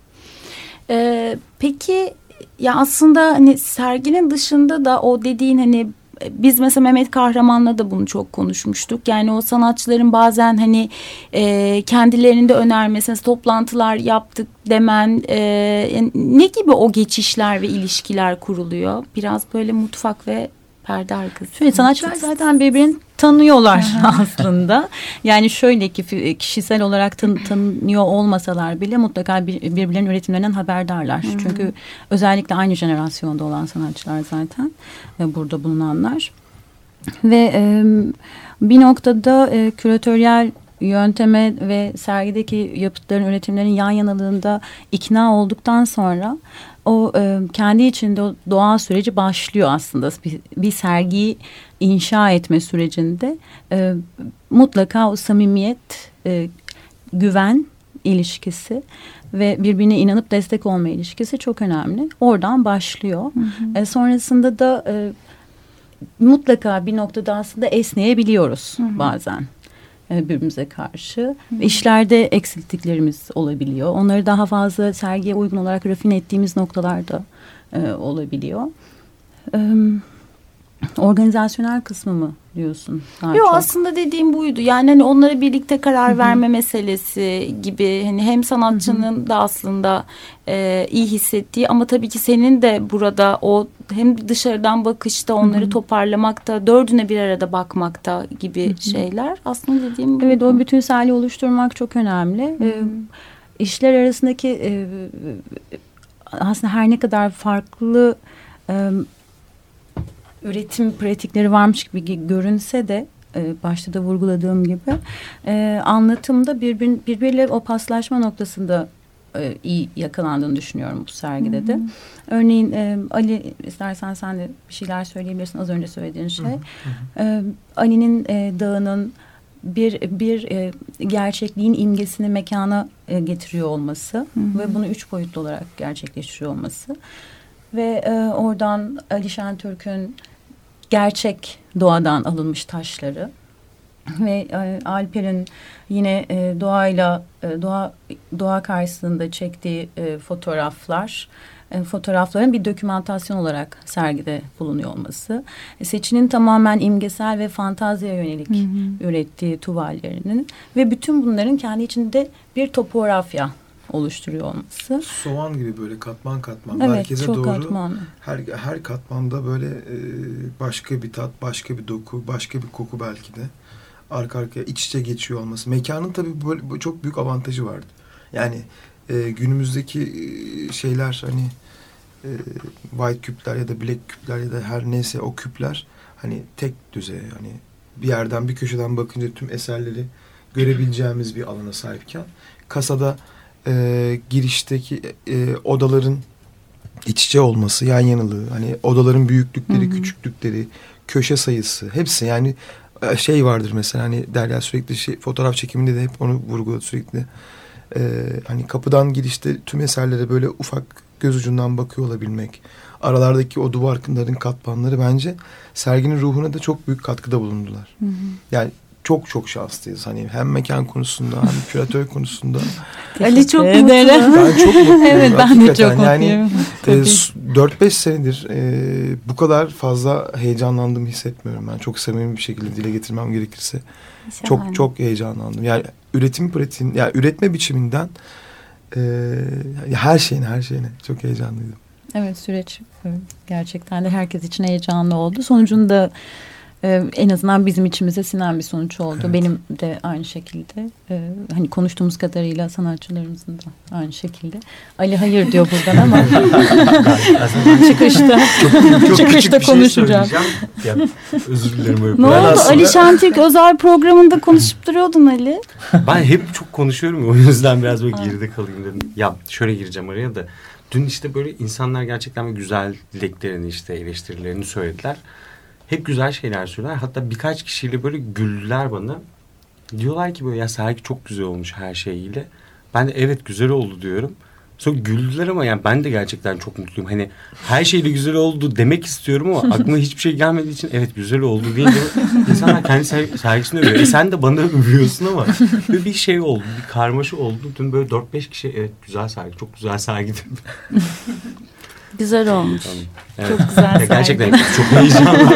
S3: Ee, peki ya aslında hani serginin dışında da o dediğin hani biz mesela Mehmet Kahraman'la da bunu çok konuşmuştuk. Yani o sanatçıların bazen hani e, kendilerinde önermesi, toplantılar yaptık demen, e, ne gibi o geçişler ve ilişkiler kuruluyor? Biraz böyle mutfak ve perde arkası.
S4: Şöyle, sanatçılar zaten birbirini tanıyorlar aslında. Yani şöyle ki kişisel olarak tan tanıyor olmasalar bile mutlaka bir, birbirlerinin üretimlerinden haberdarlar. Hı-hı. Çünkü özellikle aynı jenerasyonda olan sanatçılar zaten e, burada bulunanlar. Ve e, bir noktada e, küratöryal yönteme ve sergideki yapıtların, üretimlerin yan yanalığında ikna olduktan sonra o e, kendi içinde o doğa süreci başlıyor aslında. Bir, bir sergiyi inşa etme sürecinde e, mutlaka o samimiyet, e, güven ilişkisi ve birbirine inanıp destek olma ilişkisi çok önemli. Oradan başlıyor. Hı hı. E, sonrasında da e, mutlaka bir noktada aslında esneyebiliyoruz hı hı. bazen birbirimize karşı. Hı. İşlerde eksiltiklerimiz olabiliyor. Onları daha fazla sergiye uygun olarak rafine ettiğimiz noktalarda e, olabiliyor. E, organizasyonel kısmı mı diyorsun?
S3: Yok, aslında dediğim buydu. Yani hani onlara birlikte karar Hı-hı. verme meselesi gibi, hani hem sanatçının Hı-hı. da aslında e, iyi hissettiği, ama tabii ki senin de burada o hem dışarıdan bakışta onları Hı-hı. toparlamakta, dördüne bir arada bakmakta gibi Hı-hı. şeyler. Aslında dediğim
S4: evet, o bütünselliği oluşturmak çok önemli. E, işler arasındaki e, aslında her ne kadar farklı e, üretim pratikleri varmış gibi görünse de e, başta da vurguladığım gibi e, anlatımda birbir, birbiriyle o paslaşma noktasında e, iyi yakalandığını düşünüyorum bu sergide Hı-hı. de. Örneğin e, Ali, istersen sen de bir şeyler söyleyebilirsin, az önce söylediğin şey. E, Ali'nin e, dağının bir bir e, gerçekliğin imgesini mekana e, getiriyor olması Hı-hı. ve bunu üç boyutlu olarak gerçekleştiriyor olması. Ve e, oradan Ali Şentürk'ün gerçek doğadan alınmış taşları ve e, Alper'in yine e, doğayla e, doğa doğa karşısında çektiği e, fotoğraflar, e, fotoğrafların bir dokümantasyon olarak sergide bulunuyor olması. E, Seçil'in tamamen imgesel ve fantaziye yönelik hı hı. ürettiği tuvallerinin ve bütün bunların kendi içinde bir topografya oluşturuyor olması.
S5: Soğan gibi böyle katman katman
S4: evet,
S5: merkeze
S4: çok
S5: doğru
S4: katmanlı.
S5: her her katmanda böyle e, başka bir tat, başka bir doku, başka bir koku belki de arka arkaya iç içe geçiyor olması. Mekanın tabii böyle çok büyük avantajı vardı. Yani e, günümüzdeki e, şeyler hani e, white küpler ya da black küpler ya da her neyse o küpler hani tek düzey, hani bir yerden bir köşeden bakınca tüm eserleri görebileceğimiz bir alana sahipken kasada e, girişteki e, odaların iç içe olması, yan yanalığı, hani odaların büyüklükleri, hı hı. küçüklükleri, köşe sayısı, hepsi yani şey vardır mesela, hani Derya sürekli şey, fotoğraf çekiminde de hep onu vurguladı sürekli. Ee, hani kapıdan girişte tüm eserlere böyle ufak göz ucundan bakıyor olabilmek, aralardaki o duvar kınların katmanları bence serginin ruhuna da çok büyük katkıda bulundular. Hı hı. Yani çok çok şanslıyız. Hani hem mekan konusunda hem küratör konusunda.
S3: Ali çok mutlu.
S5: Ben çok mutluyum.
S3: Evet, ben de çok
S5: yani, mutluyum. E, dört beş senedir e, bu kadar fazla heyecanlandığımı hissetmiyorum ben. Çok samimi bir şekilde dile getirmem gerekirse. Şahane. Çok çok heyecanlandım. Yani üretim pratiğin, yani üretme biçiminden e, her şeyine her şeyine çok heyecanlıydım.
S4: Evet, süreç gerçekten de herkes için heyecanlı oldu. Sonucunda Ee, en azından bizim içimize sinen bir sonuç oldu. Evet. Benim de aynı şekilde. Ee, hani konuştuğumuz kadarıyla sanatçılarımızın da aynı şekilde. Ali hayır diyor buradan ama çıkışta
S6: çok, çok
S4: çıkışta konuşacağım.
S6: Şey ya, özür dilerim.
S3: Ne oldu? Aslında... Ali Şentürk özel programında konuşup duruyordun Ali.
S6: Ben hep çok konuşuyorum ya, o yüzden biraz böyle geride kalayım dedim. Ya şöyle gireceğim araya da. Dün işte böyle insanlar gerçekten güzel dileklerini, işte eleştirilerini söylediler. Hep güzel şeyler söyler. Hatta birkaç kişiyle böyle güldüler bana. Diyorlar ki böyle ya sergi çok güzel olmuş her şeyiyle. Ben de evet güzel oldu diyorum. Sonra güldüler ama yani ben de gerçekten çok mutluyum. Hani her şeyle güzel oldu demek istiyorum ama aklıma hiçbir şey gelmediği için evet güzel oldu deyince insanlar kendi ser- sergisini övüyor. E sen de bana övüyorsun ama böyle bir şey oldu. Bir karmaşa oldu. Dün böyle dört beş kişi evet güzel sergi, çok güzel sergi dedi.
S3: Güzel olmuş.
S6: Evet.
S3: Çok güzel sergi.
S6: Gerçekten çok heyecanlı.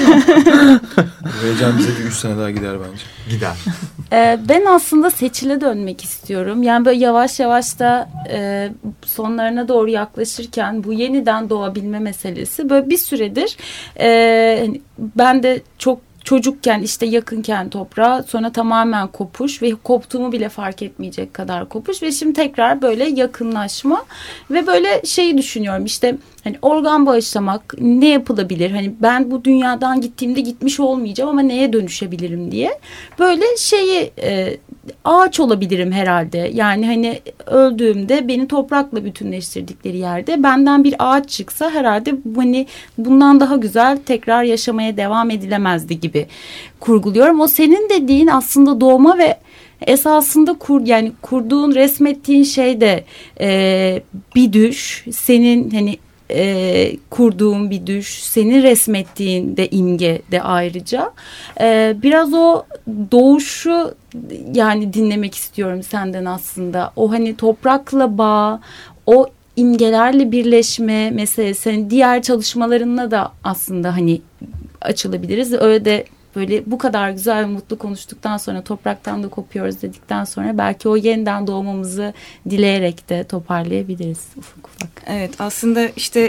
S5: Heyecan bize bir üç sene daha gider bence.
S6: Gider.
S3: Ee, ben aslında Seçil'e dönmek istiyorum. Yani böyle yavaş yavaş da e, sonlarına doğru yaklaşırken bu yeniden doğabilme meselesi böyle bir süredir e, ben de çok çocukken işte yakınken toprağa, sonra tamamen kopuş ve koptuğumu bile fark etmeyecek kadar kopuş ve şimdi tekrar böyle yakınlaşma ve böyle şeyi düşünüyorum, işte hani organ bağışlamak ne yapılabilir, hani ben bu dünyadan gittiğimde gitmiş olmayacağım ama neye dönüşebilirim diye böyle şeyi e, ağaç olabilirim herhalde. Yani hani öldüğümde beni toprakla bütünleştirdikleri yerde benden bir ağaç çıksa herhalde hani bundan daha güzel tekrar yaşamaya devam edilemezdi gibi kurguluyorum. O senin dediğin aslında doğma ve esasında kur, yani kurduğun, resmettiğin şey de e, bir düş, senin hani e, kurduğun bir düş, senin resmettiğin de imge de ayrıca. E, biraz o doğuşu yani dinlemek istiyorum senden aslında. O hani toprakla bağ, o imgelerle birleşme meselesi, hani diğer çalışmalarına da aslında hani açılabiliriz. Öyle de böyle bu kadar güzel ve mutlu konuştuktan sonra, topraktan da kopuyoruz dedikten sonra belki o yeniden doğmamızı dileyerek de toparlayabiliriz ufak ufak.
S7: Evet, aslında işte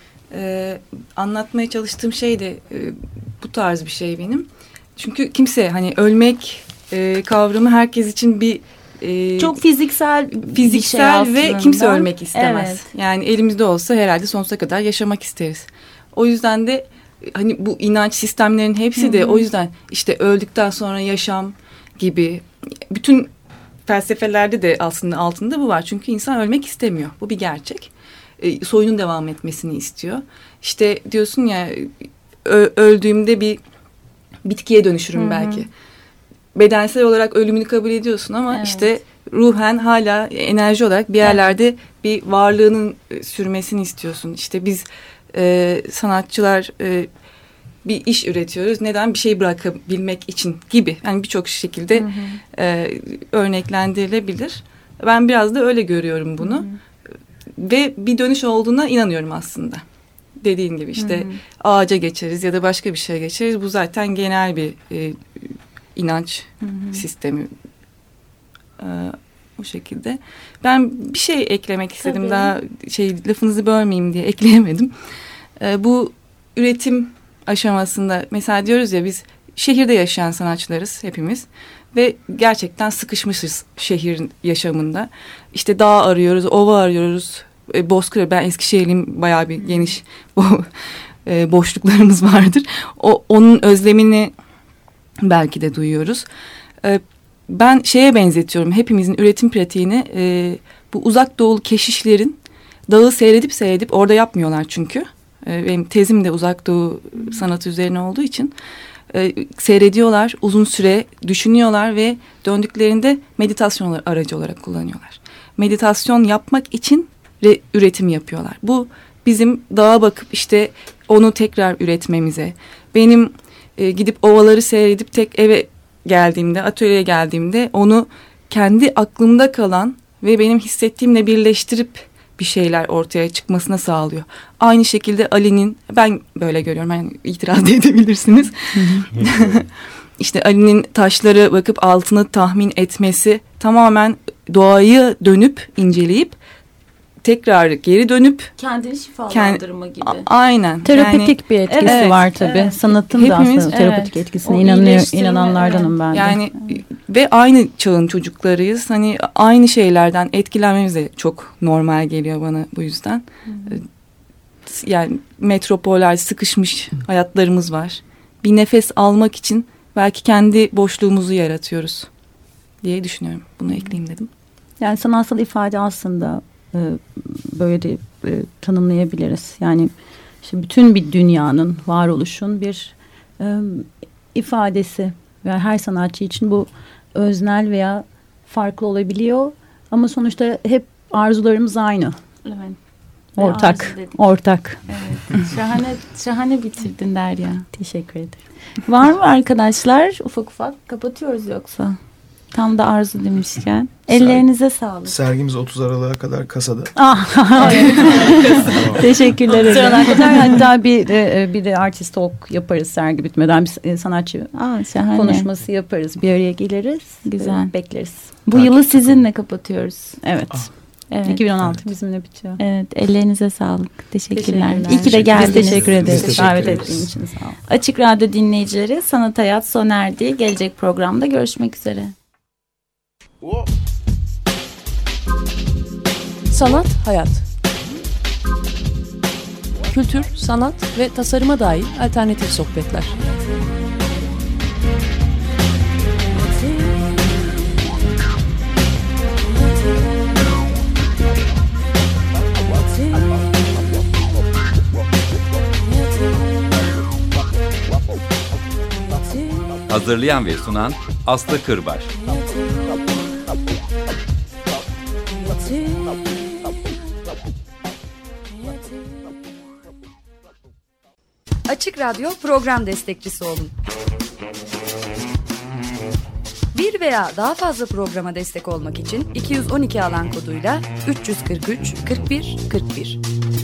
S7: e, anlatmaya çalıştığım şey de e, bu tarz bir şey benim. Çünkü kimse hani ölmek e, kavramı herkes için bir e,
S3: çok fiziksel
S7: fiziksel
S3: bir
S7: şey ve kimse ölmek istemez.
S3: Evet.
S7: Yani elimizde olsa herhalde sonsuza kadar yaşamak isteriz. O yüzden de hani bu inanç sistemlerin hepsi de hı hı. o yüzden işte öldükten sonra yaşam gibi bütün felsefelerde de aslında altında bu var. Çünkü insan ölmek istemiyor. Bu bir gerçek. E, soyunun devam etmesini istiyor. İşte diyorsun ya ö, öldüğümde bir bitkiye dönüşürüm hı hı. belki. Bedensel olarak ölümünü kabul ediyorsun ama evet. işte ruhen hala enerji olarak bir yerlerde evet. bir varlığının sürmesini istiyorsun. İşte biz Ee, sanatçılar e, bir iş üretiyoruz. Neden? Bir şey bırakabilmek için gibi. Yani birçok şekilde hı hı. E, örneklendirilebilir. Ben biraz da öyle görüyorum bunu. Hı hı. Ve bir dönüş olduğuna inanıyorum aslında. Dediğin gibi işte hı hı. ağaca geçeriz ya da başka bir şeye geçeriz. Bu zaten genel bir e, inanç hı hı. sistemi. E, bu şekilde. Ben bir şey eklemek istedim. Tabii. Daha şey lafınızı bölmeyeyim diye ekleyemedim. Ee, bu üretim aşamasında mesela diyoruz ya biz şehirde yaşayan sanatçılarız hepimiz ve gerçekten sıkışmışız şehir yaşamında. İşte dağ arıyoruz, ova arıyoruz. E, Bozkır, ben Eskişehirliyim, bayağı bir geniş bu e, boşluklarımız vardır. O onun özlemini belki de duyuyoruz. E, ben şeye benzetiyorum, hepimizin üretim pratiğini e, bu uzak doğulu keşişlerin dağı seyredip seyredip, orada yapmıyorlar çünkü. E, benim tezim de uzak doğu sanatı üzerine olduğu için e, seyrediyorlar, uzun süre düşünüyorlar ve döndüklerinde meditasyon aracı olarak kullanıyorlar. Meditasyon yapmak için re, üretim yapıyorlar. Bu bizim dağa bakıp işte onu tekrar üretmemize, benim e, gidip ovaları seyredip tek eve geldiğimde, atölyeye geldiğimde onu kendi aklımda kalan ve benim hissettiğimle birleştirip bir şeyler ortaya çıkmasına sağlıyor. Aynı şekilde Ali'nin, ben böyle görüyorum, yani itiraz edebilirsiniz. İşte Ali'nin taşları bakıp altını tahmin etmesi tamamen doğayı dönüp inceleyip tekrar geri dönüp
S3: kendini şifalandırma gibi.
S7: A- aynen.
S4: Terapetik yani, bir etkisi evet, var tabii. Evet. Sanatın Hepimiz, da aslında terapetik evet, etkisine inanıyor, inananlardanım evet. ben de.
S7: Yani ve aynı çağın çocuklarıyız. Hani aynı şeylerden etkilenmemiz de çok normal geliyor bana bu yüzden. Hı-hı. Yani metropoller, sıkışmış hayatlarımız var. Bir nefes almak için belki kendi boşluğumuzu yaratıyoruz diye düşünüyorum. Bunu ekleyeyim dedim.
S4: Yani sanatsal ifade aslında böyle de e, tanımlayabiliriz. Yani işte bütün bir dünyanın, varoluşun bir e, ifadesi. Yani her sanatçı için bu öznel veya farklı olabiliyor. Ama sonuçta hep arzularımız aynı.
S3: Evet.
S4: Ortak. Ortak.
S3: Evet. Şahane, şahane bitirdin Derya.
S4: Teşekkür ederim.
S3: Var mı arkadaşlar? Ufak ufak kapatıyoruz yoksa. Tam da arzu demişken. Ellerinize sağlık.
S5: Sergimiz otuz Aralık'a kadar kasada.
S4: Teşekkürler ederim. Sıradan kadar hatta bir de, bir de artist talk yaparız sergi bitmeden. Bir sanatçı Aa, konuşması yaparız. Bir araya geliriz.
S3: Güzel.
S4: Bekleriz.
S3: Bu Takip yılı sizinle kapatıyoruz.
S4: Evet.
S5: Ah.
S3: Evet.
S4: iki bin on altı evet. bizimle bitiyor.
S3: Evet, ellerinize sağlık. Teşekkürler.
S4: Teşekkürler.
S3: İyi ki de geldiniz.
S4: Biz teşekkür ederiz. Davet ettiğin için sağ olun.
S3: Açık Radyo dinleyicileri, Sanat Hayat sona erdi. Gelecek programda görüşmek üzere. Sanat Hayat. Kültür, sanat ve tasarıma dair alternatif sohbetler.
S2: Hazırlayan ve sunan Aslı Kırbaş.
S11: Açık Radyo program destekçisi olun. Bir veya daha fazla programa destek olmak için iki yüz on iki alan koduyla üç yüz kırk üç kırk bir kırk bir.